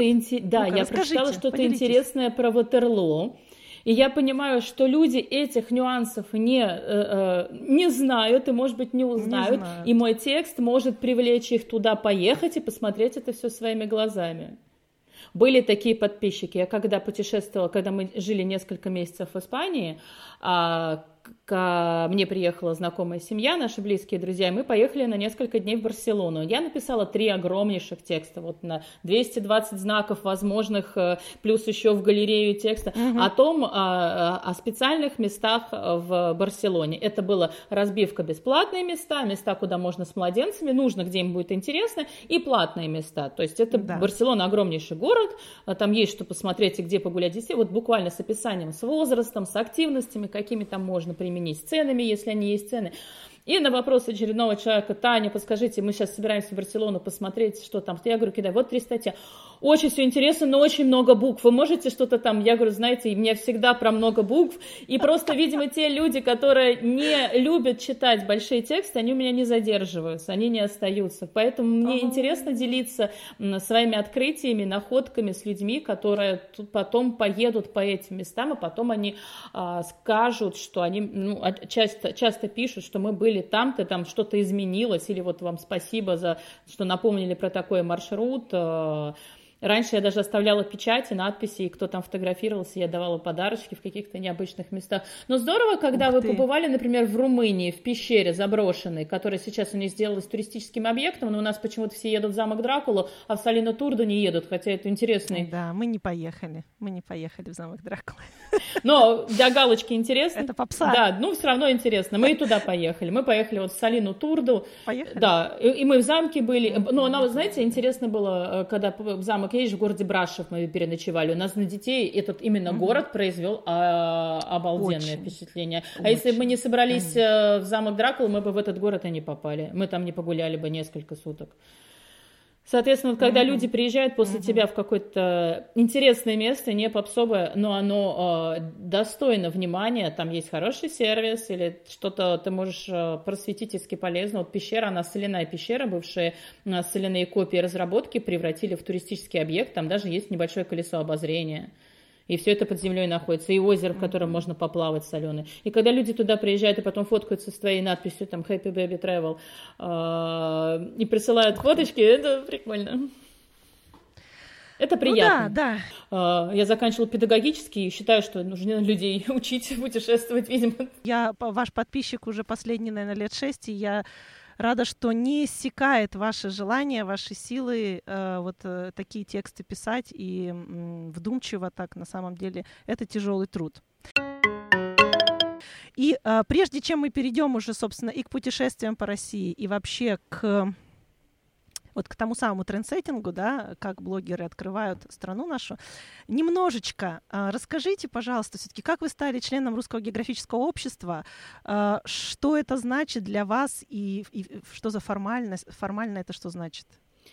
интересное про Ватерлоо. И я понимаю, что люди этих нюансов не знают и, может быть, не узнают. И мой текст может привлечь их туда поехать и посмотреть это все своими глазами. Были такие подписчики. Я когда путешествовала, когда мы жили несколько месяцев в Испании, ко мне приехала знакомая семья, наши близкие друзья, и мы поехали на несколько дней в Барселону. Я написала 3 огромнейших текста, вот на 220 знаков возможных, плюс еще в галерею текста, о специальных местах в Барселоне. Это была разбивка бесплатные места, куда можно с младенцами, нужно, где им будет интересно, и платные места. То есть это Барселона огромнейший город, там есть что посмотреть и где погулять детей, вот буквально с описанием, с возрастом, с активностями, какими там можно применить, с ценами, если они есть цены. И на вопрос очередного человека: Таня, подскажите, мы сейчас собираемся в Барселону посмотреть, что там. Я говорю, кидай, вот 3 статьи. Очень все интересно, но очень много букв. Вы можете что-то там? Я говорю, знаете, мне всегда про много букв. И просто, видимо, те люди, которые не любят читать большие тексты, они у меня не задерживаются, они не остаются. Поэтому мне интересно делиться своими открытиями, находками с людьми, которые тут потом поедут по этим местам, а потом они скажут, что они часто пишут, что мы были там-то, там что-то изменилось, или вот вам спасибо за, что напомнили про такой маршрут. Раньше я даже оставляла печати, надписи, и кто там фотографировался, я давала подарочки в каких-то необычных местах. Но здорово, когда вы побывали, например, в Румынии, в пещере заброшенной, которая сейчас у них сделалась туристическим объектом, но у нас почему-то все едут в замок Дракулу, а в Салино Турдо не едут, хотя это интересный... Да, мы не поехали в замок Дракулы. Но для галочки интересно. Это попса. Да, ну все равно интересно. Мы и туда поехали. Мы поехали вот в Салино Турду. Поехали? Да, и мы в замке были. Но, знаете, интересно было, когда в замок едешь, в городе Брашов мы переночевали. У нас на детей этот именно город произвел обалденное впечатление. А если бы мы не собрались в замок Дракулы, мы бы в этот город и не попали. Мы там не погуляли бы несколько суток. Соответственно, вот когда люди приезжают после тебя в какое-то интересное место, не попсовое, но оно достойно внимания, там есть хороший сервис или что-то ты можешь просветительски полезно. Вот пещера, она соляная пещера, бывшие соляные копии разработки превратили в туристический объект, там даже есть небольшое колесо обозрения. И все это под землей находится, и озеро, в котором можно поплавать соленое. И когда люди туда приезжают и потом фоткаются с твоей надписью там Happy Baby Travel и присылают фоточки, это прикольно. Это приятно. Ну, да. Я заканчивала педагогический и считаю, что нужно людей учить путешествовать, видимо. Я ваш подписчик уже последние, наверное, лет 6, и я рада, что не иссякает ваше желание, ваши силы такие тексты писать и вдумчиво так, на самом деле, это тяжелый труд. И прежде чем мы перейдем уже, собственно, и к путешествиям по России, и вообще к тому самому трендсеттингу, да, как блогеры открывают страну нашу, немножечко расскажите, пожалуйста, все-таки, как вы стали членом Русского географического общества, что это значит для вас и что за формальность, формально это что значит?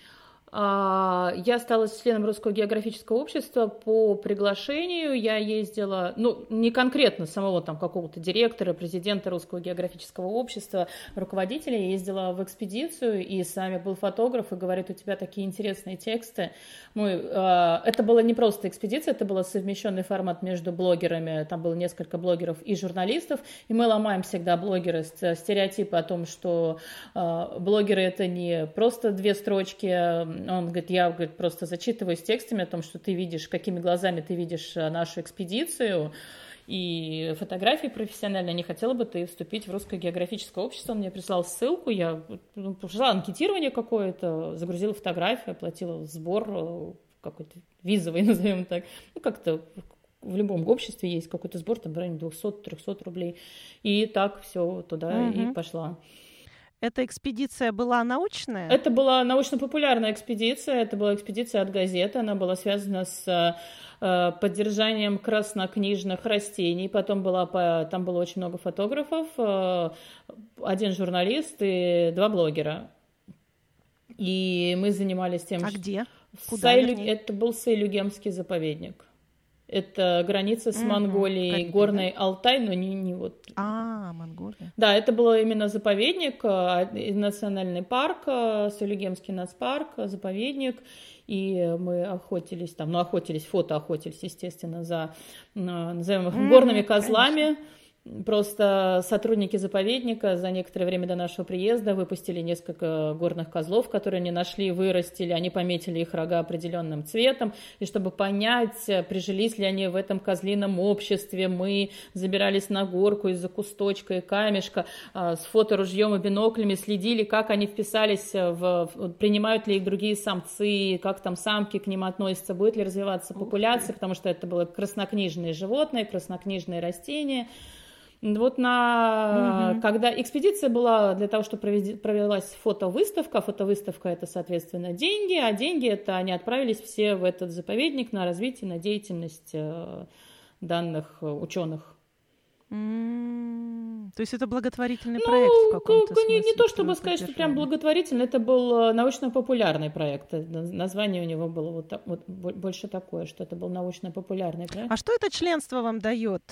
Я стала членом Русского географического общества по приглашению. Я ездила, не конкретно самого там какого-то директора, президента Русского географического общества, руководителя. Я ездила в экспедицию, и с нами был фотограф, и говорит, у тебя такие интересные тексты. Это была не просто экспедиция, это был совмещенный формат между блогерами. Там было несколько блогеров и журналистов, и мы ломаем всегда блогеры стереотипы о том, что блогеры — это не просто 2 строчки. Он говорит, я просто зачитываюсь текстами о том, что ты видишь, какими глазами ты видишь нашу экспедицию, и фотографии профессиональные. Не хотела бы ты вступить в Русское географическое общество? Он мне прислал ссылку, я пошла анкетирование какое-то, загрузила фотографию, оплатила сбор какой-то визовый, назовем так. Как-то в любом обществе есть какой-то сбор, там в районе 200-300 рублей. И так все туда и пошла. Эта экспедиция была научная? Это была научно-популярная экспедиция, это была экспедиция от газеты, она была связана с поддержанием краснокнижных растений, потом там было очень много фотографов, 1 журналист и 2 блогера. И мы занимались тем, что... где? Куда? Это был Сайлюгемский заповедник. Это граница с Монголией, горный Алтай, но не вот... Монголия. Да, это был именно заповедник, национальный парк, Сайлюгемский нацпарк, заповедник, и мы охотились там, охотились, естественно, за, назовем их, горными козлами. Просто сотрудники заповедника за некоторое время до нашего приезда выпустили несколько горных козлов, которые они нашли, вырастили, они пометили их рога определенным цветом, и чтобы понять, прижились ли они в этом козлином обществе, мы забирались на горку из-за кусточка и камешка, с фоторужьем и биноклями следили, как они вписались, принимают ли их другие самцы, как там самки к ним относятся, будет ли развиваться популяция, потому что это было краснокнижные животные, краснокнижные растения. Вот когда экспедиция была для того, чтобы провелась фотовыставка это, соответственно, деньги, а деньги это они отправились все в этот заповедник на развитие, на деятельность данных ученых. То есть это благотворительный проект в каком-то смысле? Не то, чтобы сказать, что прям благотворительный, это был научно-популярный проект. Название у него было вот больше такое, что это был научно-популярный проект. А что это членство вам дает?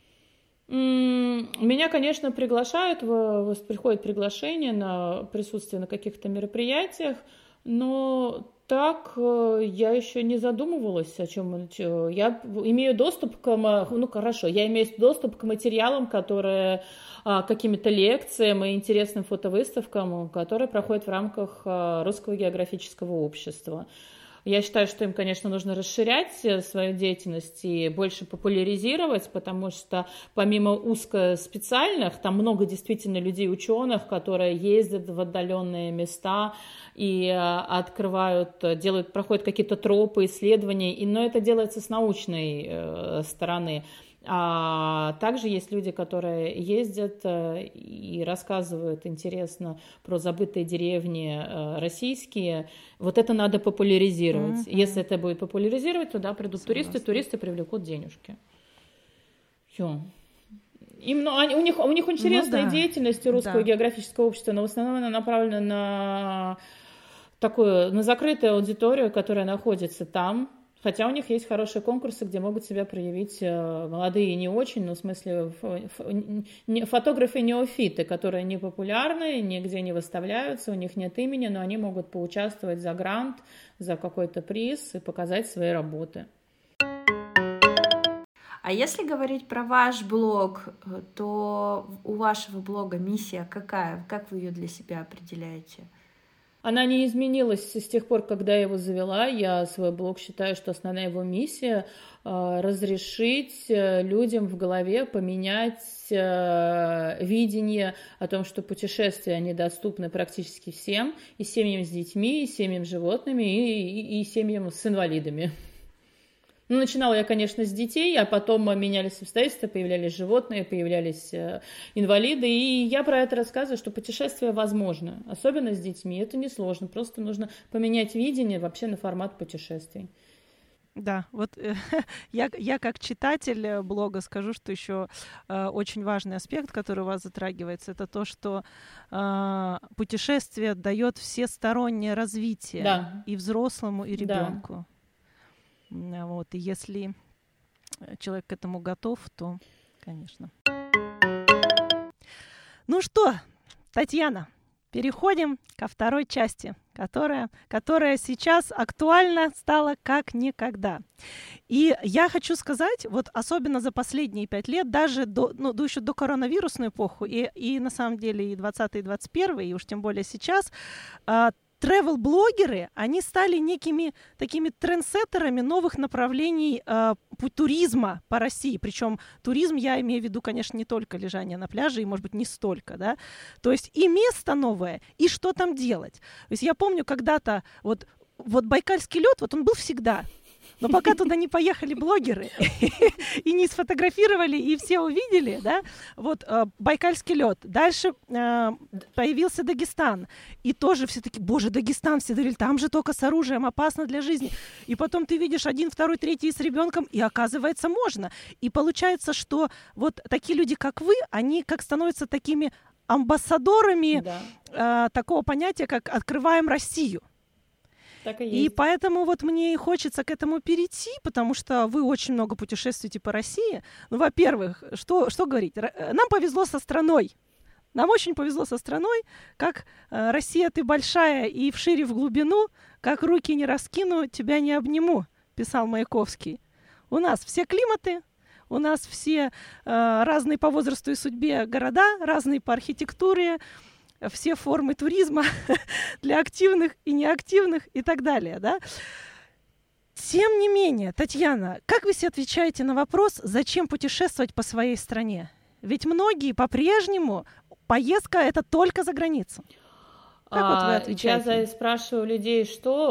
Меня, конечно, приглашают, приходит приглашение на присутствие на каких-то мероприятиях, но так я еще не задумывалась о чем. Я имею доступ к материалам, которые какими-то лекциям и интересным фотовыставкам, которые проходят в рамках Русского географического общества. Я считаю, что им, конечно, нужно расширять свою деятельность и больше популяризировать, потому что помимо узкоспециальных, там много действительно людей-ученых, которые ездят в отдаленные места и проходят какие-то тропы, исследования, но это делается с научной стороны. А также есть люди, которые ездят и рассказывают интересно про забытые деревни российские. Вот это надо популяризировать. Если это будет популяризировать, туда придут туристы привлекут денежки. Всё. У них интересная деятельность Русского географического общества, но в основном она направлена на закрытую аудиторию, которая находится там. Хотя у них есть хорошие конкурсы, где могут себя проявить молодые и не очень, в смысле фотографы-неофиты, которые не популярны, нигде не выставляются, у них нет имени, но они могут поучаствовать за грант, за какой-то приз и показать свои работы. А если говорить про ваш блог, то у вашего блога миссия какая? Как вы ее для себя определяете? Она не изменилась с тех пор, когда я его завела. Я свой блог считаю, что основная его миссия — разрешить людям в голове поменять видение о том, что путешествия, они доступны практически всем, и семьям с детьми, и семьям с животными, и семьям с инвалидами. Начинала я, конечно, с детей, а потом менялись обстоятельства, появлялись животные, появлялись инвалиды, и я про это рассказываю, что путешествие возможно, особенно с детьми, это несложно, просто нужно поменять видение вообще на формат путешествий. Да, вот я как читатель блога скажу, что еще очень важный аспект, который у вас затрагивается, это то, что путешествие дает всестороннее развитие и взрослому, и ребенку. Да. Вот, и если человек к этому готов, то, конечно. Ну что, Татьяна, переходим ко второй части, которая сейчас актуальна стала как никогда. И я хочу сказать, вот особенно за последние 5 лет, даже еще до коронавирусной эпохи, и на самом деле и 20-й, и 21-й, и уж тем более сейчас, тревел-блогеры, они стали некими такими трендсеттерами новых направлений туризма по России. Причем туризм, я имею в виду, конечно, не только лежание на пляже, и, может быть, не столько, да. То есть и место новое, и что там делать. То есть я помню когда-то, вот Байкальский лед, вот он был всегда. Но пока туда не поехали блогеры и не сфотографировали, и все увидели, да, вот Байкальский лед. Дальше появился Дагестан. И тоже все таки, боже, Дагестан, все говорили, там же только с оружием, опасно для жизни. И потом ты видишь 1, 2, 3 с ребенком, и оказывается, можно. И получается, что вот такие люди, как вы, они как становятся такими амбассадорами такого понятия, как «открываем Россию». И поэтому вот мне и хочется к этому перейти, потому что вы очень много путешествуете по России. Ну, во-первых, что говорить? Нам повезло со страной. Нам очень повезло со страной. Как Россия, ты большая и вширь, и в глубину, как руки не раскину, тебя не обниму, писал Маяковский. У нас все климаты, у нас все разные по возрасту и судьбе города, разные по архитектуре, все формы туризма для активных и неактивных и так далее, да? Тем не менее, Татьяна, как вы себе отвечаете на вопрос, зачем путешествовать по своей стране? Ведь многие по-прежнему поездка — это только за границу. Как вот вы отвечаете? Я спрашиваю людей,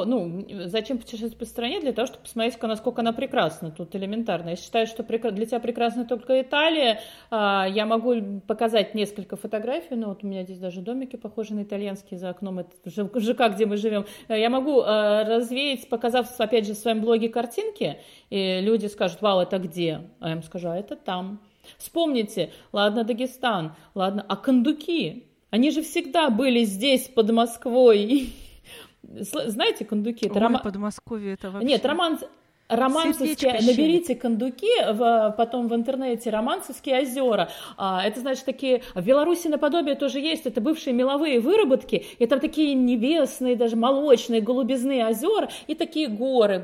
зачем путешествовать по стране? Для того, чтобы посмотреть, насколько она прекрасна. Тут элементарно. Я считаю, что для тебя прекрасна только Италия. Я могу показать несколько фотографий. Вот у меня здесь даже домики похожи на итальянские за окном. Это ЖК, где мы живем. Я могу развеять, показав, опять же, в своем блоге картинки. И люди скажут: вау, это где? А я им скажу: это там. Вспомните, ладно, Дагестан, ладно, а кондуки? Они же всегда были здесь, под Москвой. Знаете, кондуки? Это Подмосковье это вообще... Нет, Романцевские, наберите кондуки, потом в интернете Романцевские озера. Это значит такие, в Беларуси наподобие тоже есть, это бывшие меловые выработки, и там такие небесные, даже молочные, голубизные озера, и такие горы.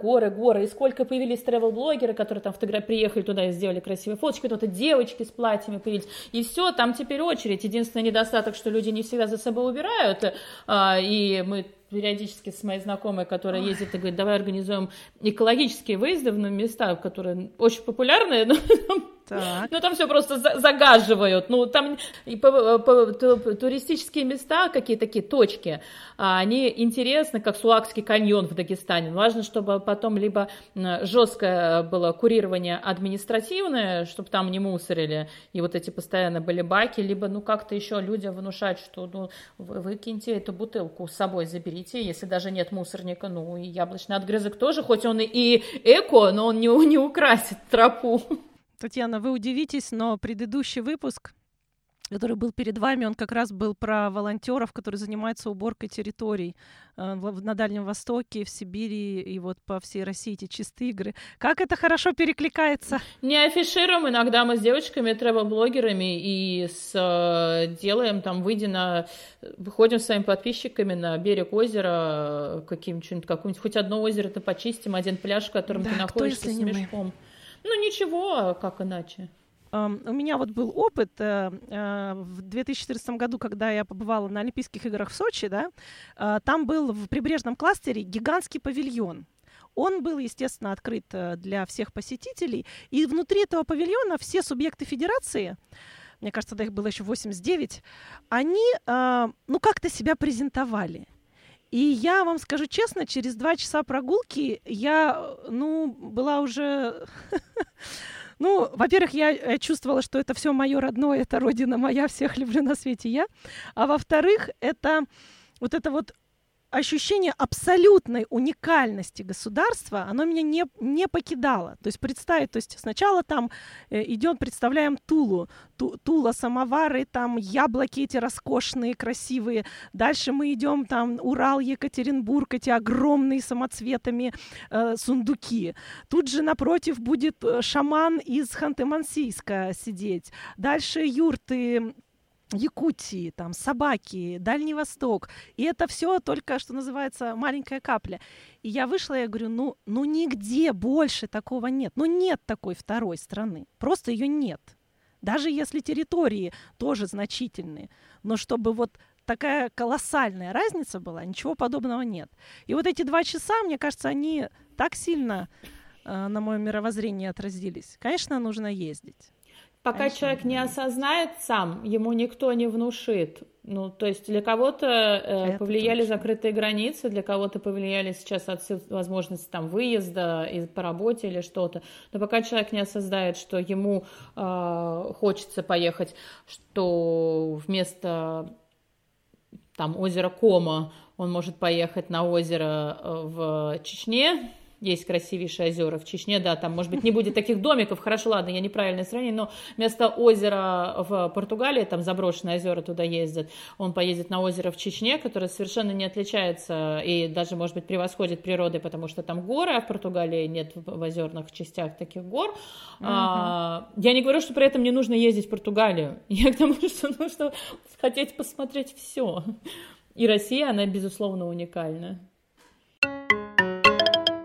И сколько появились тревел-блогеры, которые там приехали туда и сделали красивые фоточки, вот девочки с платьями появились, и все, там теперь очередь. Единственный недостаток, что люди не всегда за собой убирают, и мы периодически с моей знакомой, которая ездит и говорит: давай организуем экологические выезды в места, которые очень популярные, но там все просто загаживают. Там туристические места, какие-то такие точки, они интересны, как Сулакский каньон в Дагестане. Важно, чтобы потом либо жесткое было курирование административное, чтобы там не мусорили, и вот эти постоянно были баки, либо как-то еще людям внушать, что выкиньте эту бутылку с собой, заберите, если даже нет мусорника, и яблочный отгрызок тоже, хоть он и эко, но он не украсит тропу. Татьяна, вы удивитесь, но предыдущий выпуск, который был перед вами, он как раз был про волонтеров, которые занимаются уборкой территорий на Дальнем Востоке, в Сибири и вот по всей России, эти чистые игры. Как это хорошо перекликается? Не афишируем, иногда мы с девочками, тревел-блогерами, и делаем там, выходим с своими подписчиками на берег озера, какое-нибудь, хоть одно озеро-то почистим, один пляж, в котором ты находишься с мешком. Ничего, как иначе. У меня вот был опыт в 2014 году, когда я побывала на Олимпийских играх в Сочи, да, там был в прибрежном кластере гигантский павильон. Он был, естественно, открыт для всех посетителей, и внутри этого павильона все субъекты федерации, мне кажется, тогда их было еще 89, они, как-то себя презентовали. И я вам скажу честно, через 2 часа прогулки я, была уже... во-первых, я чувствовала, что это все мое родное, это родина моя, всех люблю на свете я. А во-вторых, это вот ощущение абсолютной уникальности государства, оно меня не покидало. То есть сначала там представляем Тулу, Тула, самовары, там яблоки эти роскошные, красивые. Дальше мы идем там Урал, Екатеринбург, эти огромные самоцветами сундуки. Тут же напротив будет шаман из Ханты-Мансийска сидеть. Дальше юрты Якутии, там собаки, Дальний Восток. И это все только, что называется, маленькая капля. И я вышла, я говорю, нигде больше такого нет. Нет такой второй страны. Просто ее нет. Даже если территории тоже значительные. Но чтобы вот такая колоссальная разница была, ничего подобного нет. И вот эти 2 часа, мне кажется, они так сильно на моем мировоззрении отразились. Конечно, нужно ездить. Пока человек не осознает сам, ему никто не внушит. То есть для кого-то повлияли закрытые границы, для кого-то повлияли сейчас возможности там выезда по работе или что-то. Но пока человек не осознает, что ему хочется поехать, что вместо там озера Кома он может поехать на озеро в Чечне. Есть красивейшие озера в Чечне, да, там, может быть, не будет таких домиков, хорошо, ладно, я неправильное сравнение, но вместо озера в Португалии, там заброшенные озера туда ездят, он поедет на озеро в Чечне, которое совершенно не отличается и даже, может быть, превосходит природой, потому что там горы, а в Португалии нет в озерных частях таких гор. Я не говорю, что при этом не нужно ездить в Португалию, я к тому, что нужно хотеть посмотреть все. И Россия, она, безусловно, уникальна.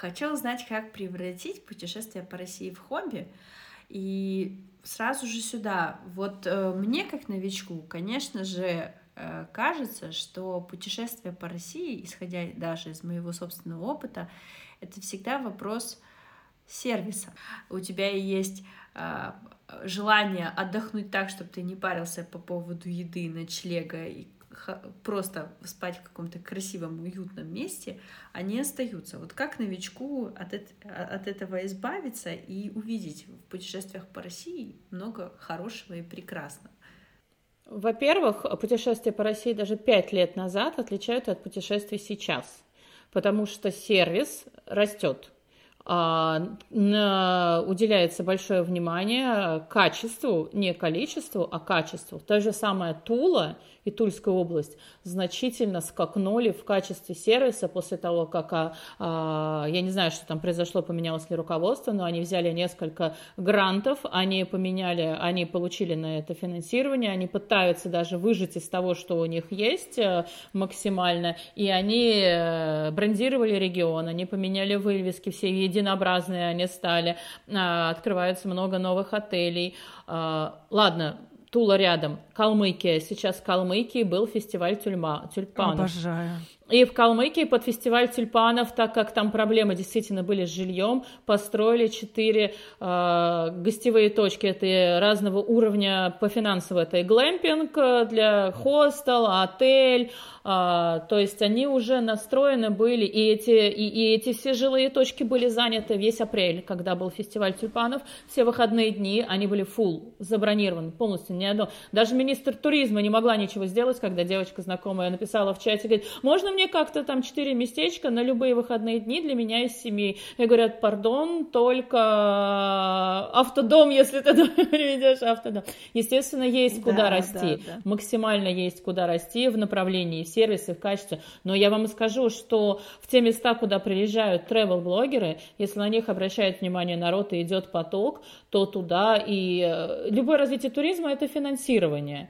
Хочу узнать, как превратить путешествие по России в хобби. И сразу же сюда. Вот мне, как новичку, конечно же, кажется, что путешествие по России, исходя даже из моего собственного опыта, это всегда вопрос сервиса. У тебя есть желание отдохнуть так, чтобы ты не парился по поводу еды, ночлега и просто спать в каком-то красивом, уютном месте, они остаются. Вот как новичку от этого избавиться и увидеть в путешествиях по России много хорошего и прекрасного? Во-первых, путешествия по России даже 5 лет назад отличаются от путешествий сейчас, потому что сервис растет. Уделяется большое внимание качеству, не количеству, а качеству. Та же самая Тула и Тульская область значительно скакнули в качестве сервиса после того, как, я не знаю, что там произошло, поменялось ли руководство, но они взяли несколько грантов, они получили на это финансирование, они пытаются даже выжать из того, что у них есть максимально, и они брендировали регион, они поменяли вывески, все единообразные они стали, открывается много новых отелей. Ладно, Тула рядом, Калмыкия. Сейчас в Калмыкии был фестиваль тюльпанов. Обожаю. И в Калмыкии под фестиваль тюльпанов, так как там проблемы действительно были с жильем, построили 4 гостевые точки. Это разного уровня по финансово. Это и глэмпинг для хостел, отель. То есть они уже настроены были, и эти все жилые точки были заняты весь апрель, когда был фестиваль тюльпанов. Все выходные дни они были full, забронированы полностью. Ни одно. Даже министр туризма не могла ничего сделать, когда девочка знакомая написала в чате, говорит, можно мне как-то там 4 местечка на любые выходные дни для меня из семьи? И говорят, пардон, только автодом, если ты приведешь автодом. Естественно, есть куда расти. Да. Максимально есть куда расти в направлении сервиса, в качестве. Но я вам скажу, что в те места, куда приезжают travel-блогеры, если на них обращает внимание народ и идет поток, то туда и любое развитие туризма – это финансирование.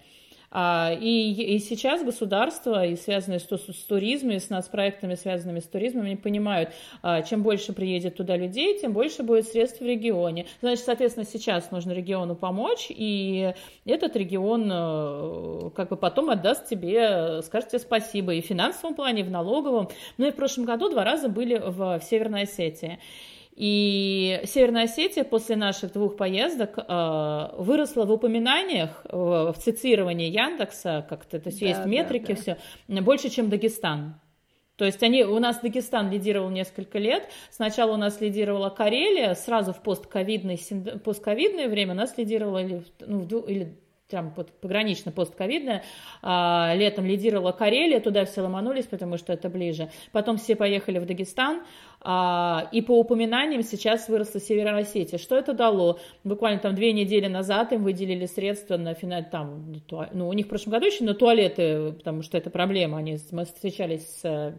И сейчас государство, и связанные с туризмом, и с нацпроектами, связанными с туризмом, они понимают, чем больше приедет туда людей, тем больше будет средств в регионе. Значит, соответственно, сейчас нужно региону помочь, и этот регион как бы потом отдаст тебе, скажет тебе спасибо и в финансовом плане, и в налоговом. Мы в прошлом году 2 раза были в Северной Осетии. И Северная Осетия после наших 2 поездок выросла в упоминаниях, в цитировании Яндекса, как-то, то есть есть метрики, все, больше, чем Дагестан. То есть у нас Дагестан лидировал несколько лет. Сначала у нас лидировала Карелия, сразу в постковидное время у нас лидировала или прям погранично постковидное. Летом лидировала Карелия, туда все ломанулись, потому что это ближе. Потом все поехали в Дагестан, и по упоминаниям сейчас выросла Северная Осетия. Что это дало? Буквально там 2 недели назад им выделили средства на у них в прошлом году еще на туалеты, потому что это проблема. Мы встречались с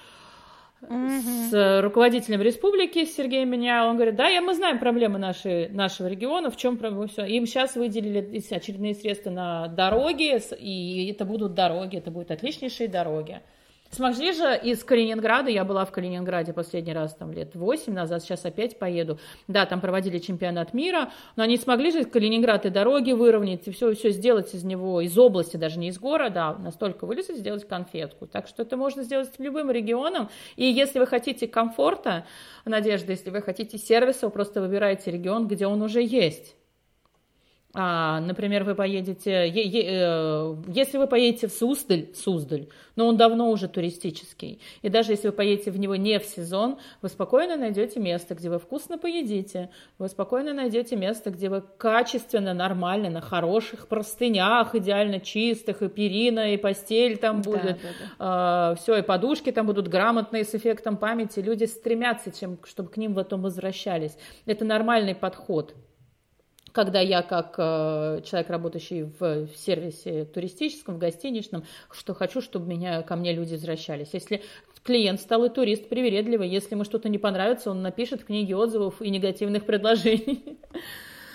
руководителем республики, с Сергеем Миняевым. Он говорит, да, мы знаем проблемы нашего региона, в чем проблема, все. Им сейчас выделили очередные средства на дороги, и это будут дороги, это будут отличнейшие дороги. Смогли же из Калининграда, я была в Калининграде последний раз там лет 8 назад, сейчас опять поеду. Да, там проводили чемпионат мира, но они смогли же из Калининграда и дороги выровнять, и все сделать из него, из области, даже не из города, настолько вылезать, сделать конфетку. Так что это можно сделать любым регионом. И если вы хотите комфорта, Надежда, если вы хотите сервиса, вы просто выбираете регион, где он уже есть. Например, вы поедете, если вы поедете в Суздаль, но он давно уже туристический, и даже если вы поедете в него не в сезон, вы спокойно найдете место, где вы вкусно поедите, вы спокойно найдете место, где вы качественно, нормально, на хороших простынях, идеально чистых, и перина, и постель там будет, все, и подушки там будут грамотные, с эффектом памяти, люди стремятся, чтобы к ним потом возвращались. Это нормальный подход. Когда я, как человек, работающий в сервисе туристическом, в гостиничном, что хочу, чтобы ко мне люди возвращались. Если клиент стал и турист привередливый, если ему что-то не понравится, он напишет в книге отзывов и негативных предложений.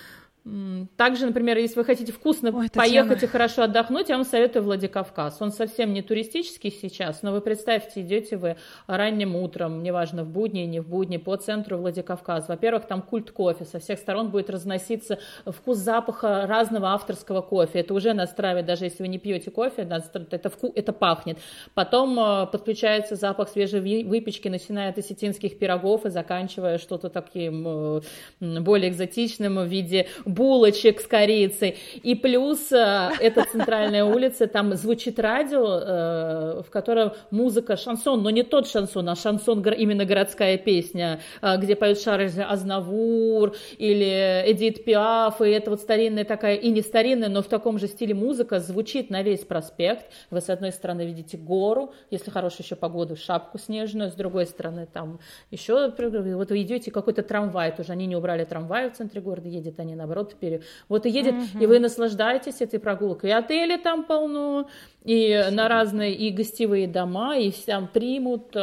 Также, например, если вы хотите вкусно поехать и хорошо отдохнуть, я вам советую Владикавказ. Он совсем не туристический сейчас, но вы представьте, идете вы ранним утром, неважно, в будни, не в будни, по центру Владикавказа. Во-первых, там культ кофе, со всех сторон будет разноситься вкус запаха разного авторского кофе. Это уже настраивает, даже если вы не пьете кофе, это пахнет. Потом подключается запах свежей выпечки, начиная от осетинских пирогов и заканчивая что-то таким более экзотичным в виде булочек с корицей. И плюс это центральная улица, там звучит радио, в котором музыка, шансон, но не тот шансон, а шансон именно городская песня, где поют Шарль Азнавур или Эдит Пиаф, и это вот старинная такая, и не старинная, но в таком же стиле музыка звучит на весь проспект. Вы с одной стороны видите гору, если хорошая еще погода, шапку снежную, с другой стороны там еще, вот вы идете, какой-то трамвай, тоже они не убрали трамвай в центре города, едет они наоборот вперед. Вот и едет, и вы наслаждаетесь этой прогулкой. И отели там полно, и на разные, и гостевые дома, и там примут,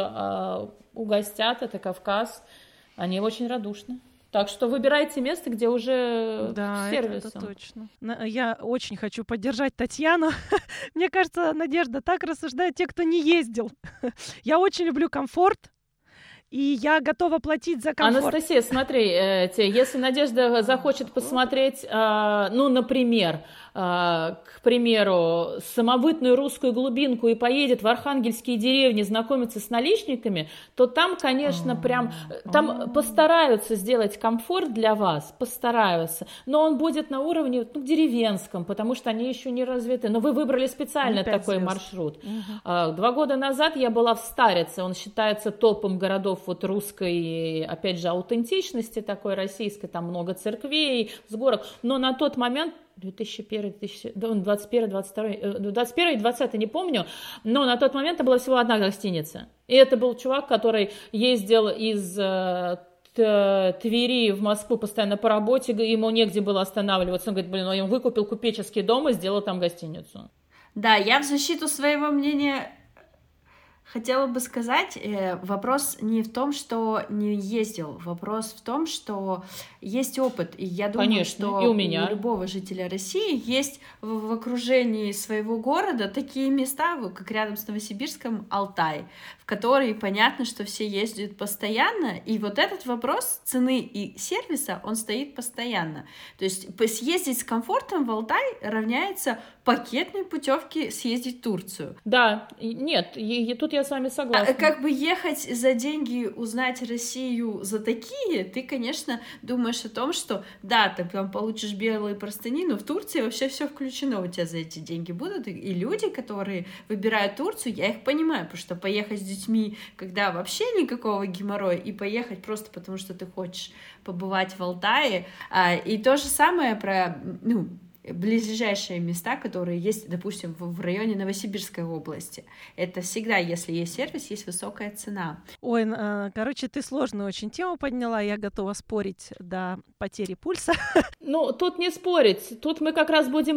угостят, это Кавказ. Они очень радушны. Так что выбирайте место, где уже с сервисом. Это точно. Я очень хочу поддержать Татьяну. Мне кажется, Надежда так рассуждает те, кто не ездил. Я очень люблю комфорт. И я готова платить за комфорт. Анастасия, смотри, если Надежда захочет посмотреть, например, к примеру, самобытную русскую глубинку и поедет в архангельские деревни знакомиться с наличниками, то там, конечно, там постараются сделать комфорт для вас, постараются, но он будет на уровне деревенском, потому что они еще не развиты. Но вы выбрали специально такой маршрут. 2 года назад я была в Старице, он считается топом городов вот русской, опять же, аутентичности такой российской, там много церквей, сгорок, но на тот момент 2021, 2021, 2021 и 2020, не помню, но на тот момент это была всего одна гостиница. И это был чувак, который ездил из Твери в Москву постоянно по работе, ему негде было останавливаться. Он говорит, он выкупил купеческий дом и сделал там гостиницу. Да, я в защиту своего мнения хотела бы сказать, вопрос не в том, что не ездил, вопрос в том, что есть опыт, и я думаю, конечно, что и у любого жителя России есть в окружении своего города такие места, как рядом с Новосибирском, Алтай, в которые понятно, что все ездят постоянно, и вот этот вопрос цены и сервиса, он стоит постоянно. То есть съездить с комфортом в Алтай равняется пакетной путевке съездить в Турцию. Да, нет, тут я с вами согласна. Как бы ехать за деньги, узнать Россию за такие, ты, конечно, думаешь о том, что да, ты там получишь белые простыни, но в Турции вообще все включено у тебя за эти деньги будут. И люди, которые выбирают Турцию, я их понимаю, потому что поехать с детьми, когда вообще никакого геморроя, и поехать просто потому, что ты хочешь побывать в Алтае. И то же самое про, ближайшие места, которые есть, допустим, в районе Новосибирской области. Это всегда, если есть сервис, есть высокая цена. Ой, короче, ты сложную очень тему подняла, я готова спорить до потери пульса. Ну, тут не спорить, тут мы как раз будем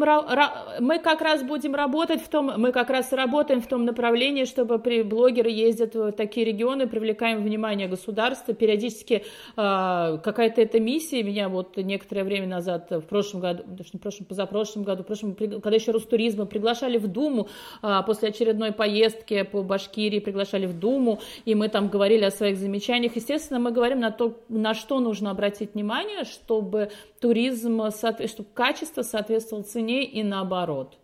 работать мы как раз работаем в том направлении, чтобы блогеры ездят в такие регионы, привлекаем внимание государства, периодически какая-то эта миссия, меня вот некоторое время назад, позапрошлом году, когда еще Ростуризма приглашали в Думу, после очередной поездки по Башкирии приглашали в Думу, и мы там говорили о своих замечаниях. Естественно, мы говорим на то, на что нужно обратить внимание, чтобы туризм, чтобы качество соответствовало цене и наоборот.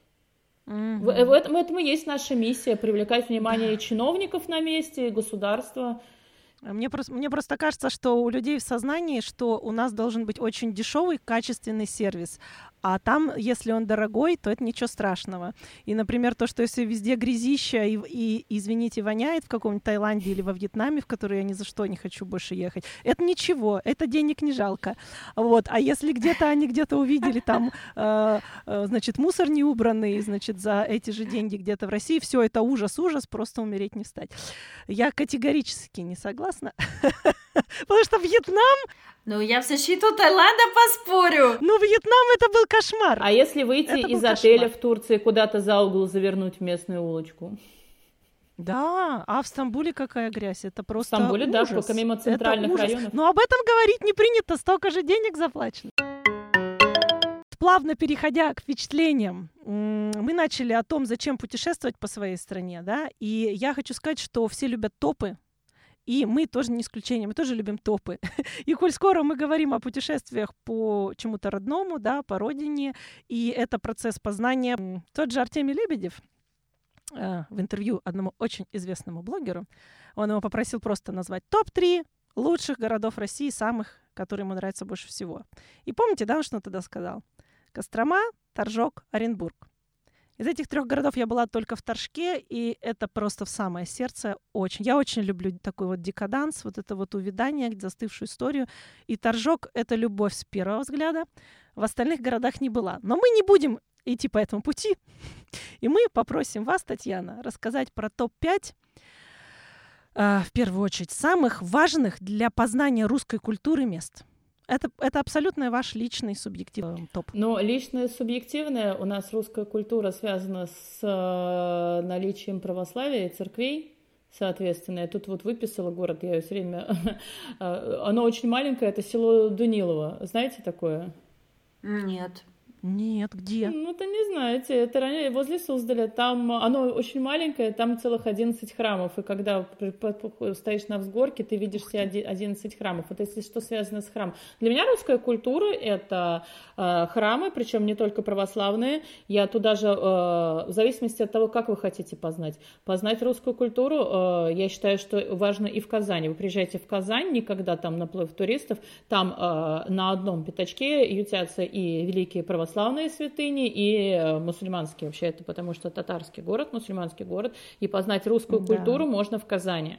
В этом и есть наша миссия — привлекать внимание чиновников на месте, и государства. Мне просто кажется, что у людей в сознании, что у нас должен быть очень дешевый, качественный сервис. А там, если он дорогой, то это ничего страшного. И, например, то, что если везде грязища и извините, воняет в каком-нибудь Таиланде или во Вьетнаме, в который я ни за что не хочу больше ехать, это ничего, это денег не жалко. Вот. А если они где-то увидели там, значит, мусор не убранный, значит, за эти же деньги где-то в России, все это ужас, просто умереть не встать. Я категорически не согласна, потому что Вьетнам... Ну, я в защиту Таиланда поспорю. Ну, Вьетнам — это был кошмар. А если выйти из отеля в Турции, куда-то за угол завернуть в местную улочку? Да, а в Стамбуле какая грязь? Это просто в Стамбуле, ужас. Да, помимо центральных районов. Но об этом говорить не принято, столько же денег заплачено. плавно переходя к впечатлениям, мы начали о том, зачем путешествовать по своей стране, да, и я хочу сказать, что все любят топы, и мы тоже не исключение, мы тоже любим топы. И коль скоро мы говорим о путешествиях по чему-то родному, да, по родине, и это процесс познания. Тот же Артемий Лебедев в интервью одному очень известному блогеру, он его попросил просто назвать топ-3 лучших городов России, самых, которые ему нравятся больше всего. И помните, да, что он тогда сказал? Кострома, Торжок, Оренбург. Из этих 3 городов я была только в Торжке, и это просто в самое сердце очень. Я очень люблю такой вот декаданс, вот это вот увядание, застывшую историю. И Торжок — это любовь с первого взгляда. В остальных городах не была. Но мы не будем идти по этому пути. И мы попросим вас, Татьяна, рассказать про топ-5, в первую очередь, самых важных для познания русской культуры мест. Это абсолютно ваш личный субъективный топ. Но личное субъективное, у нас русская культура связана с наличием православия и церквей. Соответственно, я тут вот выписала город, я все время... Оно очень маленькое, это село Дунилово. Знаете такое? Нет. Нет, где? Ну, это не знаете, это возле Суздаля, там оно очень маленькое, там целых 11 храмов, и когда стоишь на взгорке, ты видишь все 11 храмов. Вот если что связано с храмом. Для меня русская культура — это храмы, причем не только православные. Я туда же, в зависимости от того, как вы хотите познать русскую культуру, я считаю, что важно и в Казани. Вы приезжаете в Казань, никогда там наплыв туристов, там на одном пятачке ютятся и великие православные святыни, и мусульманские вообще, это потому что татарский город, мусульманский город, и познать русскую культуру можно в Казани.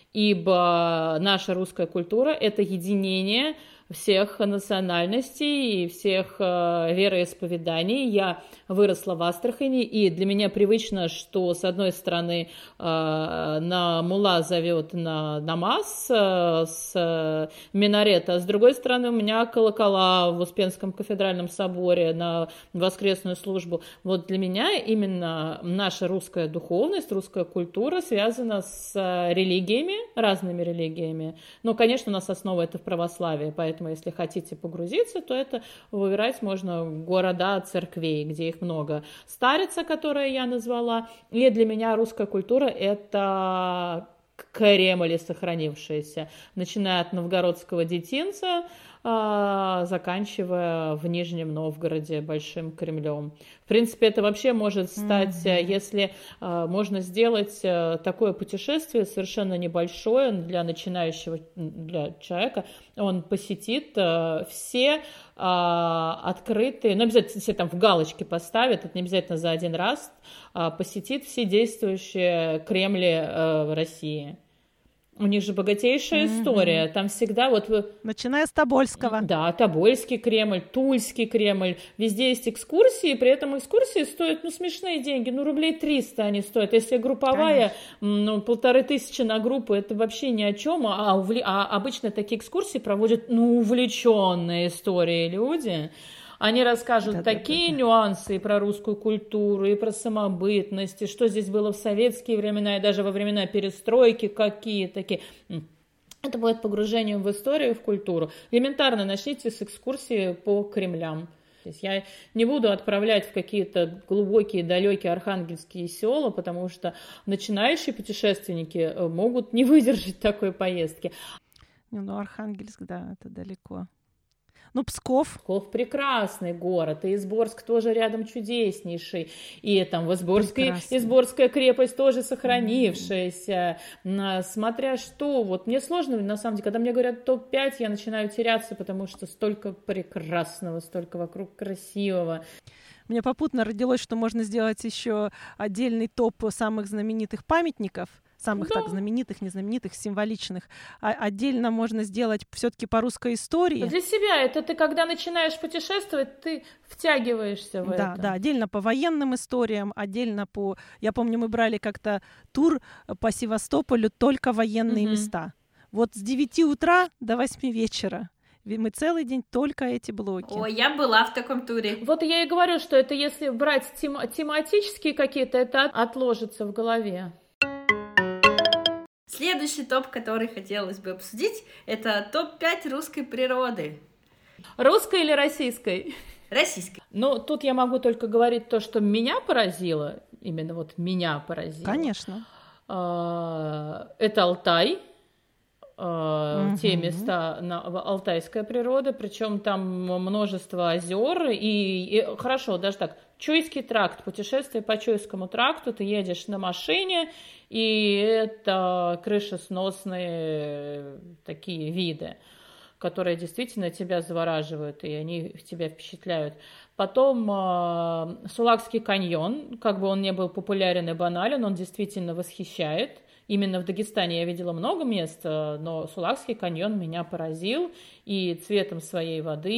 Ибо наша русская культура — это единение всех национальностей и всех вероисповеданий. Я выросла в Астрахани, и для меня привычно, что с одной стороны на мулла зовет на намаз с минарета, а с другой стороны у меня колокола в Успенском кафедральном соборе на воскресную службу. Вот для меня именно наша русская духовность, русская культура связана с религиями, разными религиями. Но, конечно, у нас основа — это в православии, поэтому если хотите погрузиться, то это выбирать можно города церквей, где их много. Старица, которую я назвала, и для меня русская культура — это Кремль сохранившиеся, начиная от новгородского детинца, заканчивая в Нижнем Новгороде Большим Кремлем. В принципе, это вообще может стать, если можно сделать такое путешествие совершенно небольшое для начинающего, для человека, он посетит все открытые, ну, обязательно все там в галочке поставит, это не обязательно за один раз, посетит все действующие Кремли России. У них же богатейшая история. Там всегда вот... Начиная с Тобольского. Да, Тобольский Кремль, Тульский Кремль. Везде есть экскурсии, при этом экскурсии стоят, смешные деньги. Рублей 300 они стоят. Если групповая, 1500 на группу, это вообще ни о чем. А обычно такие экскурсии проводят, увлеченные историей люди. Они расскажут такие нюансы и про русскую культуру, и про самобытность, и что здесь было в советские времена, и даже во времена перестройки, какие такие. Это будет погружением в историю, в культуру. Элементарно начните с экскурсии по Кремлям. То есть я не буду отправлять в какие-то глубокие, далекие архангельские села, потому что начинающие путешественники могут не выдержать такой поездки. Архангельск, да, это далеко. Псков. Псков прекрасный город, и Изборск тоже рядом чудеснейший, и там Изборская крепость тоже сохранившаяся, смотря что, вот мне сложно, на самом деле, когда мне говорят топ-5, я начинаю теряться, потому что столько прекрасного, столько вокруг красивого. У меня попутно родилось, что можно сделать еще отдельный топ самых знаменитых памятников, самых так знаменитых, незнаменитых, символичных. Отдельно можно сделать все-таки по русской истории. Для себя это ты, когда начинаешь путешествовать, ты втягиваешься в это. Да, отдельно по военным историям, отдельно по... Я помню, мы брали как-то тур по Севастополю, только военные места. Вот с 9 утра до 8 вечера. Мы целый день только эти блоки. Ой, я была в таком туре. Вот я и говорю, что это если брать тематические какие-то, это отложится в голове. Следующий топ, который хотелось бы обсудить, это топ-5 русской природы. Русской или российской? Российской. Ну, тут я могу только говорить то, что меня поразило, именно вот меня поразило. Конечно. Это Алтай. Те места, алтайская природа, причем там множество озер, и хорошо, даже так, Чуйский тракт, путешествие по Чуйскому тракту, ты едешь на машине, и это крышесносные такие виды, которые действительно тебя завораживают, и они тебя впечатляют. Потом Сулакский каньон, как бы он не был популярен и банален, он действительно восхищает. Именно в Дагестане я видела много мест, но Сулакский каньон меня поразил и цветом своей воды,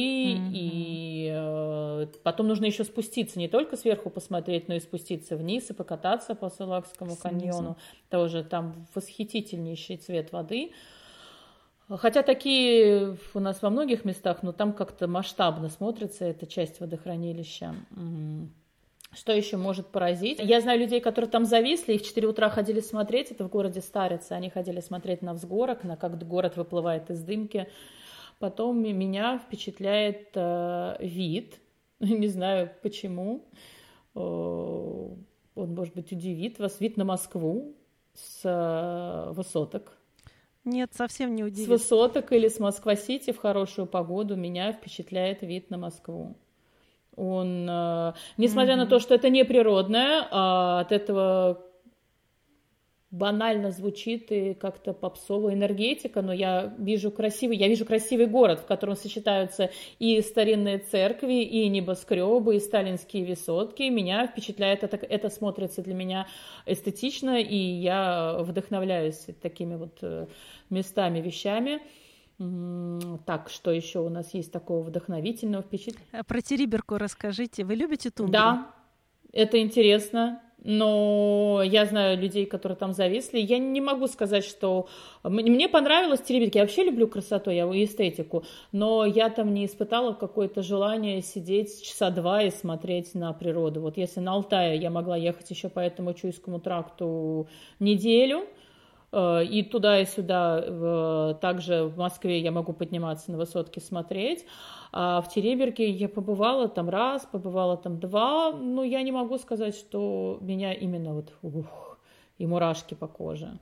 и потом нужно еще спуститься, не только сверху посмотреть, но и спуститься вниз и покататься по Сулакскому каньону. Тоже там восхитительнейший цвет воды. Хотя такие у нас во многих местах, но там как-то масштабно смотрится эта часть водохранилища. Что еще может поразить? Я знаю людей, которые там зависли, и в 4 утра ходили смотреть, это в городе Старице, они ходили смотреть на взгорок, на как город выплывает из дымки. Потом меня впечатляет вид, не знаю почему, он, может быть, удивит вас, вид на Москву с высоток. Нет, совсем не удивит. С высоток или с Москва-Сити в хорошую погоду меня впечатляет вид на Москву. Он, несмотря на то, что это не природное, от этого банально звучит и как-то попсовая энергетика, но я вижу красивый город, в котором сочетаются и старинные церкви, и небоскребы, и сталинские высотки. Меня впечатляет, это смотрится для меня эстетично, и я вдохновляюсь такими вот местами, вещами. Так, что еще у нас есть такого вдохновительного впечатления? Про Териберку расскажите. Вы любите тундру? Да, это интересно, но я знаю людей, которые там зависли. Я не могу сказать, что... Мне понравилось Териберка. Я вообще люблю красоту, я эстетику, но я там не испытала какое-то желание сидеть часа 2 и смотреть на природу. Вот если на Алтае я могла ехать еще по этому Чуйскому тракту неделю, и туда, и сюда, также в Москве я могу подниматься на высотке, смотреть. А в Териберке я побывала там раз, побывала там 2, но я не могу сказать, что меня именно вот и мурашки по коже.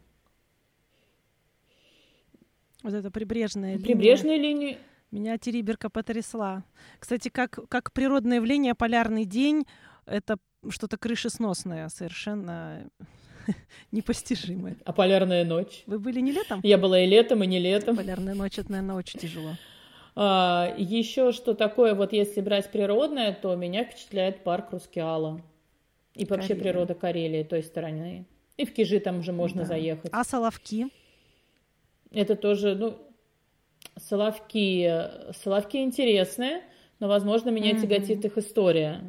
Вот это прибрежная линия. Прибрежные линии. Меня Териберка потрясла. Кстати, как природное явление, полярный день — это что-то крышесносное совершенно... непостижимое. А полярная ночь? Вы были не летом? Я была и летом, и не летом. Полярная ночь — это, наверное, очень тяжело. Еще что такое, вот если брать природное, то меня впечатляет парк Рускеала. И вообще природа Карелии той стороны. И в Кижи там уже можно заехать. А Соловки? Это тоже, Соловки интересные, но, возможно, меня тяготит их история.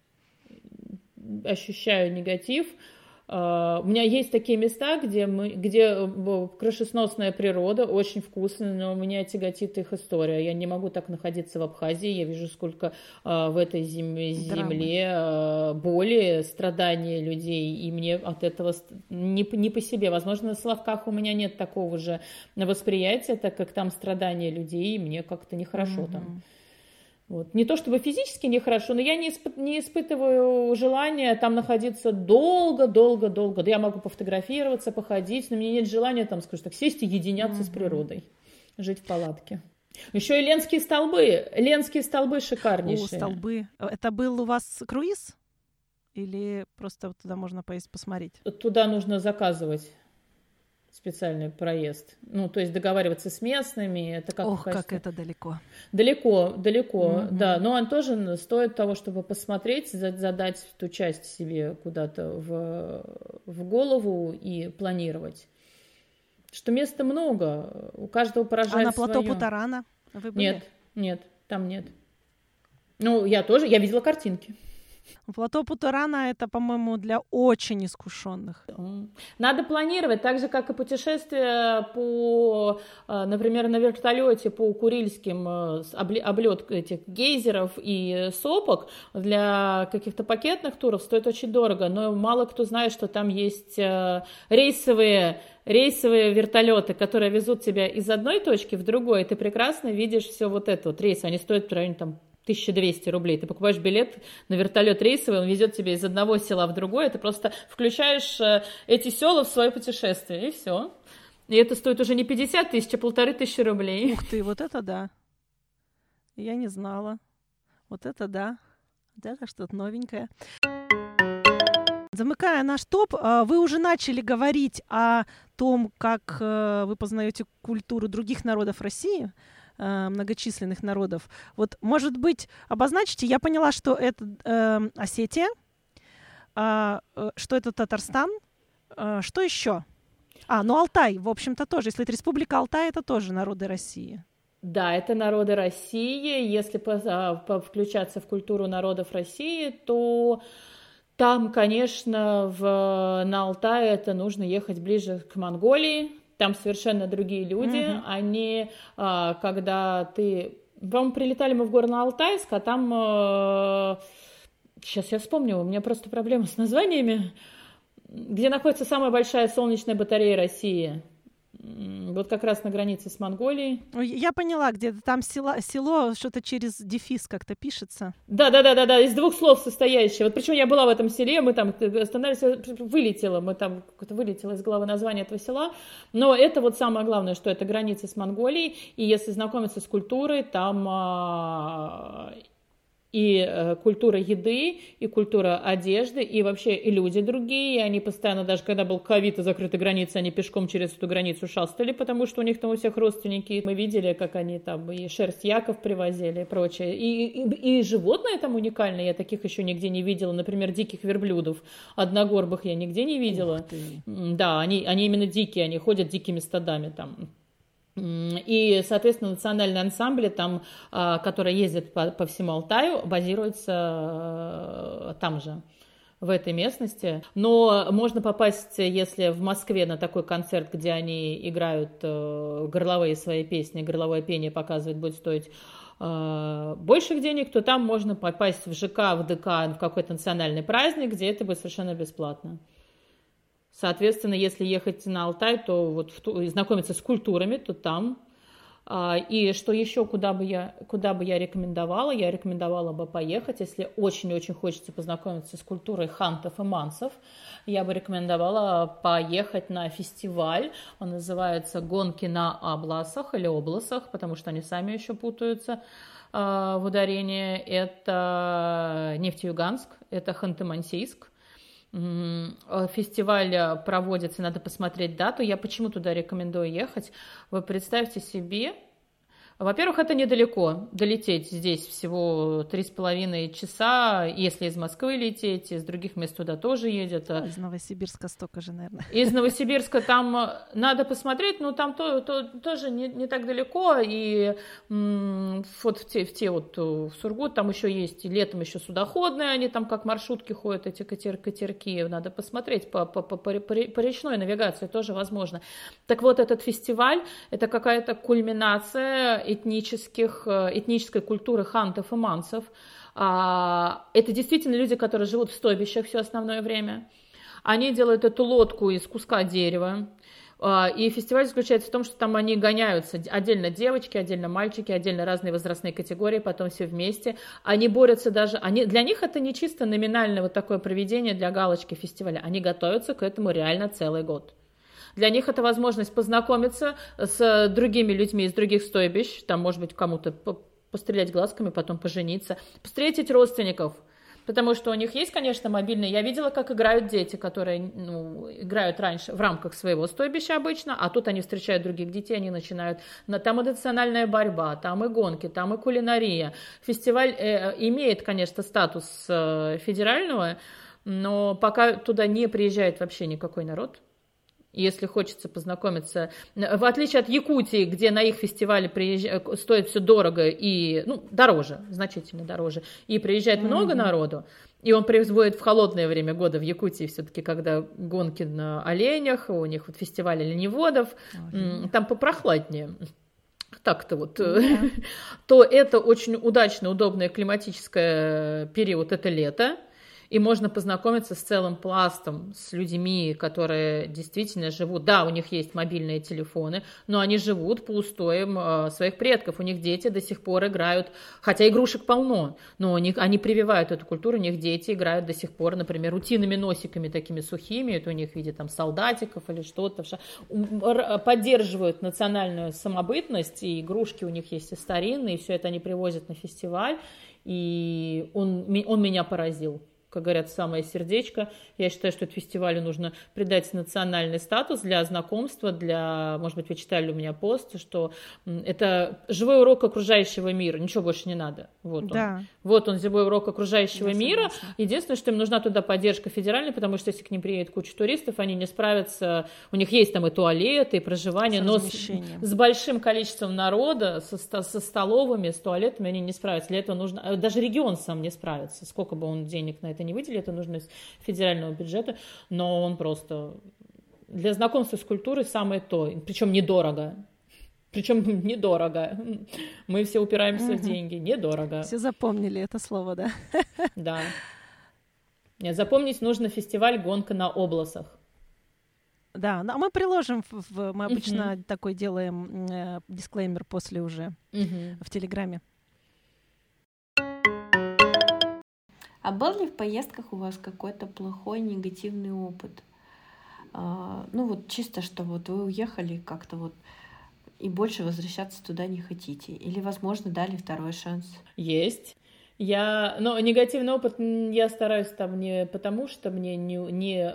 Ощущаю негатив. У меня есть такие места, где крышесносная природа, очень вкусная, но меня тяготит их история. Я не могу так находиться в Абхазии. Я вижу, сколько в этой земле боли, страдания людей, и мне от этого не по себе. Возможно, на Соловках у меня нет такого же восприятия, так как там страдания людей, и мне как-то нехорошо там. Вот. Не то чтобы физически нехорошо, но я не испытываю желания там находиться долго. Да я могу пофотографироваться, походить, но мне нет желания там, скажем так, сесть и единяться с природой, жить в палатке. Еще и Ленские столбы. Ленские столбы шикарнейшие. Столбы. Это был у вас круиз? Или просто туда можно поесть, посмотреть? Туда нужно заказывать специальный проезд. То есть договариваться с местными. Это как это далеко. Далеко, да. Но он тоже стоит того, чтобы посмотреть, задать ту часть себе куда-то в голову и планировать. Что места много, у каждого поражает на плато своё. Путарана вы были? Нет, там нет. Я видела картинки. Плато Путарана — это, по-моему, для очень искушенных. Надо планировать, так же, как и путешествия например, на вертолете по Курильским, облет этих гейзеров и сопок для каких-то пакетных туров стоит очень дорого, но мало кто знает, что там есть рейсовые вертолеты, которые везут тебя из одной точки в другой, и ты прекрасно видишь все вот это вот рейсы, они стоят в районе там 1200 рублей. Ты покупаешь билет на вертолет рейсовый, он везет тебя из одного села в другое, ты просто включаешь эти села в свое путешествие, и все. И это стоит уже не 50 тысяч, а 1500 рублей. Ух ты, вот это да. Я не знала. Вот это да. Вот это что-то новенькое. Замыкая наш топ, вы уже начали говорить о том, как вы познаете культуру других народов России, многочисленных народов. Вот, может быть, обозначите, я поняла, что это Осетия, что это Татарстан, что еще? Ну Алтай, в общем-то, тоже. Если это Республика Алтай, это тоже народы России. Да, это народы России. Если включаться в культуру народов России, то там, конечно, на Алтае это нужно ехать ближе к Монголии. Там совершенно другие люди. Они, когда ты... По-моему, прилетали мы в Горно-Алтайск, а там... Сейчас я вспомню, у меня просто проблемы с названиями. Где находится самая большая солнечная батарея России. Вот как раз на границе с Монголией. Я поняла, где-то там село что-то через дефис как-то пишется. Да, из 2 слов состоящее. Вот причем я была в этом селе, мы там остановились, вылетело из головы название этого села. Но это вот самое главное, что это граница с Монголией. И если знакомиться с культурой, там... и культура еды, и культура одежды, и вообще и люди другие. И они постоянно, даже когда был ковид и закрыты границы, они пешком через эту границу шастали, потому что у них там у всех родственники. Мы видели, как они там и шерсть яков привозили и прочее. И животные там уникальные, я таких еще нигде не видела. Например, диких верблюдов одногорбых я нигде не видела. Да, они именно дикие, они ходят дикими стадами там. И, соответственно, национальные ансамбли, там, которые ездят по всему Алтаю, базируются там же, в этой местности. Но можно попасть, если в Москве, на такой концерт, где они играют горловые свои песни, горловое пение показывать будет стоить больших денег, то там можно попасть в ЖК, в ДК, в какой-то национальный праздник, где это будет совершенно бесплатно. Соответственно, если ехать на Алтай, то вот знакомиться с культурами, то там. И что еще, куда бы я рекомендовала? Я рекомендовала бы поехать, если очень-очень хочется познакомиться с культурой хантов и мансов. Я бы рекомендовала поехать на фестиваль. Он называется «Гонки на Абласах» или «Обласах», потому что они сами еще путаются в ударении. Это Нефтеюганск, это Ханты-Мансийск. Фестиваль проводится, надо посмотреть дату. Я почему туда рекомендую ехать? Вы представьте себе, во-первых, это недалеко, долететь здесь всего 3,5 часа, если из Москвы лететь, из других мест туда тоже едет. Из Новосибирска столько же, наверное. Из Новосибирска там надо посмотреть, но там тоже не так далеко, и вот в Сургут там еще есть, летом еще судоходные, они там как маршрутки ходят, эти катерки, надо посмотреть, по речной навигации тоже возможно. Так вот, этот фестиваль, это какая-то кульминация этнической культуры хантов и мансов. Это действительно люди, которые живут в стойбищах все основное время. Они делают эту лодку из куска дерева. И фестиваль заключается в том, что там они гоняются. Отдельно девочки, отдельно мальчики, отдельно разные возрастные категории, потом все вместе. Они борются даже... Для них это не чисто номинальное вот такое проведение для галочки фестиваля. Они готовятся к этому реально целый год. Для них это возможность познакомиться с другими людьми из других стойбищ, там, может быть, кому-то пострелять глазками, потом пожениться, встретить родственников, потому что у них есть, конечно, мобильные. Я видела, как играют дети, которые играют раньше в рамках своего стойбища обычно, а тут они встречают других детей, они начинают... Там и национальная борьба, там и гонки, там и кулинария. Фестиваль имеет, конечно, статус федерального, но пока туда не приезжает вообще никакой народ. Если хочется познакомиться, в отличие от Якутии, где на их фестивале стоит все дорого и дороже, значительно дороже, и приезжает много народу, и он производит в холодное время года в Якутии все-таки, когда гонки на оленях, у них вот фестиваль оленеводов, там попрохладнее. Так-то вот, то это очень удачно, удобное климатическое период, это лето. и можно познакомиться с целым пластом, с людьми, которые действительно живут. Да, у них есть мобильные телефоны, но они живут по устоям своих предков. У них дети до сих пор играют, хотя игрушек полно, но они прививают эту культуру, у них дети играют до сих пор, например, утиными носиками такими сухими, это у них в виде там солдатиков или что-то, поддерживают национальную самобытность, и игрушки у них есть и старинные, и все это они привозят на фестиваль, и он меня поразил. Как говорят, самое сердечко. Я считаю, что этому фестивалю нужно придать национальный статус для знакомства, может быть, вы читали у меня пост, что это живой урок окружающего мира, ничего больше не надо. Вот он, живой урок окружающего мира. Единственное, что им нужна туда поддержка федеральная, потому что если к ним приедет куча туристов, они не справятся, у них есть там и туалеты, и проживание, но с большим количеством народа, со столовыми, с туалетами они не справятся. Для этого нужно, даже регион сам не справится, сколько бы он денег на это не выделили, это нужно из федерального бюджета, но он просто для знакомства с культурой самое то, причем недорого. Мы все упираемся в деньги, недорого. Все запомнили это слово, да? Да. Нет, запомнить нужно фестиваль «Гонка на обласах». Да, но мы приложим, мы обычно такой делаем дисклеймер после уже в Телеграме. А был ли в поездках у вас какой-то плохой, негативный опыт? Чисто, что вот вы уехали как-то вот и больше возвращаться туда не хотите? Или, возможно, дали второй шанс? Есть. Но негативный опыт я стараюсь там не потому, что мне не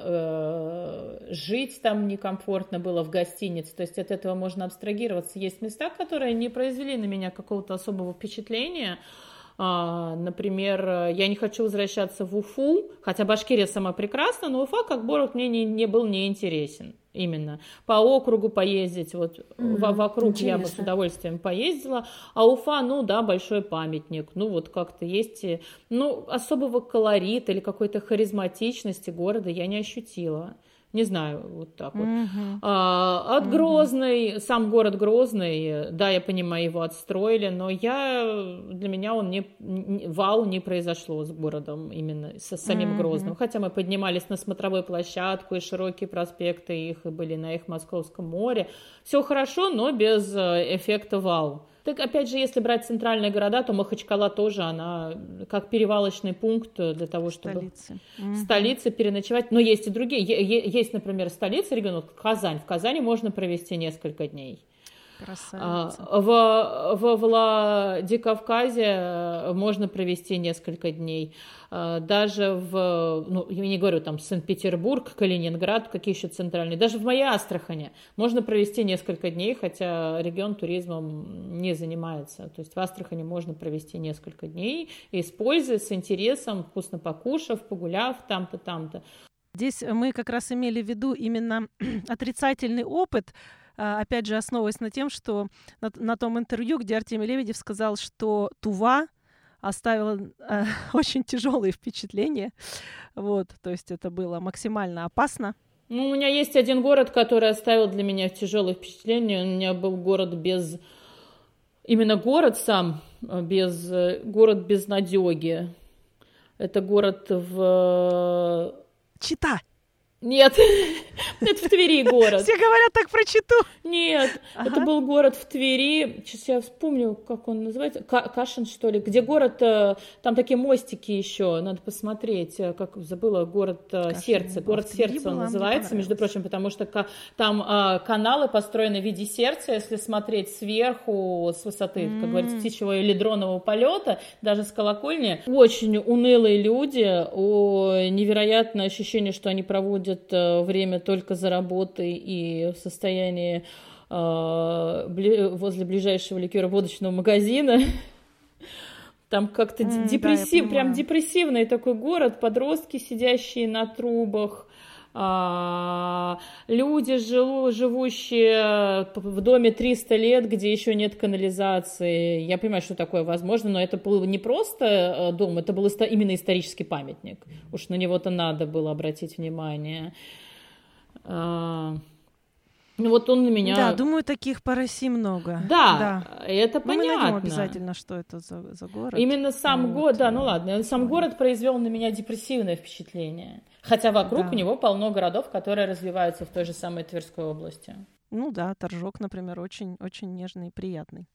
жить там некомфортно было в гостинице, то есть от этого можно абстрагироваться. Есть места, которые не произвели на меня какого-то особого впечатления. Например, я не хочу возвращаться в Уфу, хотя Башкирия сама прекрасна, но Уфа как город мне не был неинтересен. Именно. По округу поездить, вокруг интересно. Я бы с удовольствием поездила. А Уфа, большой памятник. Как-то есть, особого колорита или какой-то харизматичности города я не ощутила. Не знаю, вот так вот. От Грозной, сам город Грозный, да, я понимаю, его отстроили, но для меня он не произошло с городом, именно с самим Грозным. Хотя мы поднимались на смотровую площадку, и широкие проспекты их, и были на их Московском море. Все хорошо, но без эффекта вау. Так, опять же, если брать центральные города, то Махачкала тоже, она как перевалочный пункт для того, чтобы столицы переночевать. Но есть и другие. Есть, например, столица региона, Казань. В Казани можно провести несколько дней. Красавица. Во Владикавказе можно провести несколько дней. Даже я не говорю там Санкт-Петербург, Калининград, какие еще центральные. Даже в моей Астрахани можно провести несколько дней, хотя регион туризмом не занимается. То есть в Астрахани можно провести несколько дней, используя с интересом, вкусно покушав, погуляв там-то, там-то. Здесь мы как раз имели в виду именно отрицательный опыт, опять же, основываясь на тем, что на том интервью, где Артемий Лебедев сказал, что Тува оставила очень тяжелые впечатления. То есть это было максимально опасно. У меня есть один город, который оставил для меня тяжелые впечатления. У меня был город без... Именно город сам, город без надёги. Это город в... Чита. Нет, это в Твери город. Все говорят так про Читу. Нет, это был город в Твери. Сейчас я вспомню, как он называется. Кашин, что ли? Где город, там такие мостики еще, надо посмотреть, как забыла, город сердца. Город сердца он называется, между прочим, потому что там каналы построены в виде сердца, если смотреть сверху, с высоты, как говорится, птичьего или дронового полета, даже с колокольни. Очень унылые люди, невероятное ощущение, что они проводят время только за работой и в состоянии возле ближайшего ликеро-водочного магазина. Там как-то прям депрессивный такой город, подростки, сидящие на трубах, люди, живущие в доме 300 лет, где еще нет канализации. Я понимаю, что такое возможно, но это был не просто дом, это был именно исторический памятник. Уж на него-то надо было обратить внимание. Ну вот он на меня... Да, думаю, таких по России много. Да, это Но понятно. мы найдем обязательно, что это за город. Именно сам город, да, ну ладно, сам город произвел на меня депрессивное впечатление. Хотя вокруг у него полно городов, которые развиваются в той же самой Тверской области. Ну да, Торжок, например, очень нежный и приятный.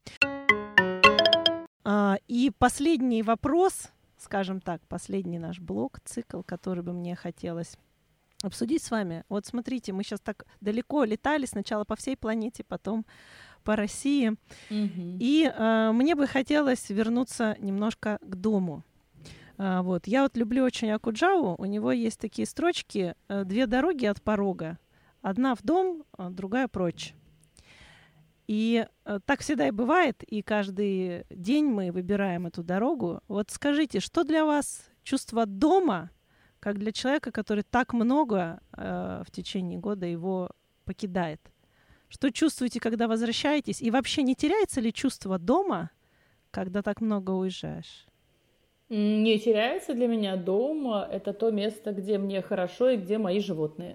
И последний вопрос, скажем так, последний наш блок, цикл, который бы мне хотелось обсудить с вами. Вот смотрите, мы сейчас так далеко летали, сначала по всей планете, потом по России. И мне бы хотелось вернуться немножко к дому. Вот. Я вот люблю очень Окуджаву. У него есть такие строчки: две дороги от порога. Одна в дом, другая прочь. И так всегда и бывает, и каждый день мы выбираем эту дорогу. Вот скажите, что для вас чувство дома, как для человека, который так много в течение года его покидает? Что чувствуете, когда возвращаетесь? И вообще не теряется ли чувство дома, когда так много уезжаешь? Не теряется для меня дом. Это то место, где мне хорошо и где мои животные.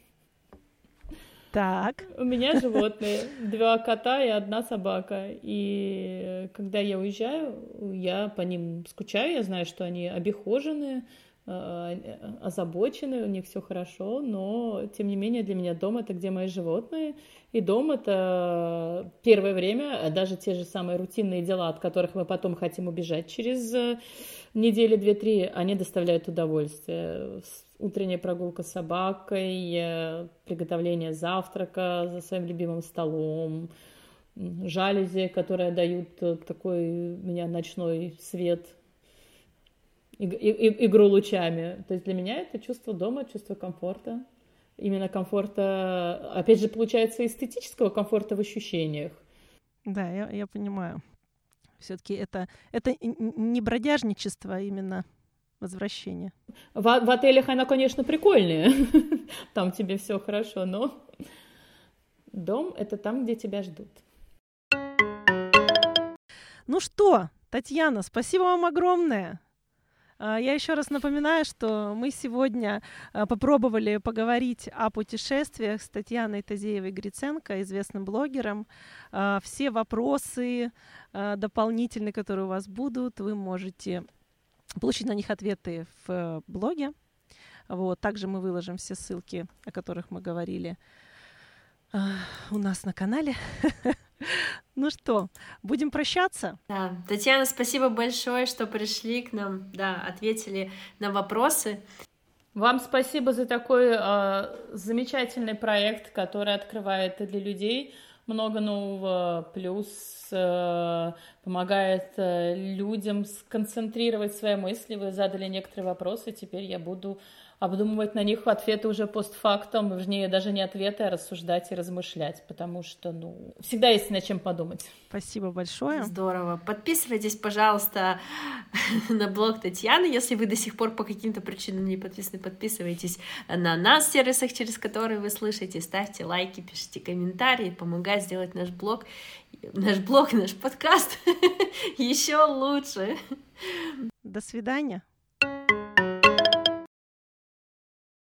Так. У меня животные. 2 кота и 1 собака. И когда я уезжаю, я по ним скучаю. Я знаю, что они обихожены, озабочены, у них все хорошо, но, тем не менее, для меня дом — это где мои животные, и дом — это первое время, даже те же самые рутинные дела, от которых мы потом хотим убежать через недели 2-3, они доставляют удовольствие. Утренняя прогулка с собакой, приготовление завтрака за своим любимым столом, жалюзи, которые дают такой у меня ночной свет, игру лучами. То есть для меня это чувство дома, чувство комфорта. Именно комфорта, опять же, получается, эстетического комфорта в ощущениях. Да, я понимаю. Все-таки это не бродяжничество, а именно возвращение. В отелях она, конечно, прикольная. Там тебе все хорошо, но дом — это там, где тебя ждут. Ну что, Татьяна, спасибо вам огромное. Я еще раз напоминаю, что мы сегодня попробовали поговорить о путешествиях с Татьяной Тазеевой-Гриценко, известным блогером. Все вопросы дополнительные, которые у вас будут, вы можете получить на них ответы в блоге. Вот. Также мы выложим все ссылки, о которых мы говорили, у нас на канале. Ну что, будем прощаться? Да, Татьяна, спасибо большое, что пришли к нам, да, ответили на вопросы. Вам спасибо за такой замечательный проект, который открывает для людей много нового, плюс помогает людям сконцентрировать свои мысли. Вы задали некоторые вопросы, теперь я буду обдумывать на них ответы уже постфактум, вернее, даже не ответы, а рассуждать и размышлять, потому что, всегда есть над чем подумать. Спасибо большое. Здорово. Подписывайтесь, пожалуйста, на блог Татьяны. Если вы до сих пор по каким-то причинам не подписаны, подписывайтесь на нас в сервисах, через которые вы слышите. Ставьте лайки, пишите комментарии, помогать сделать наш подкаст еще лучше. До свидания.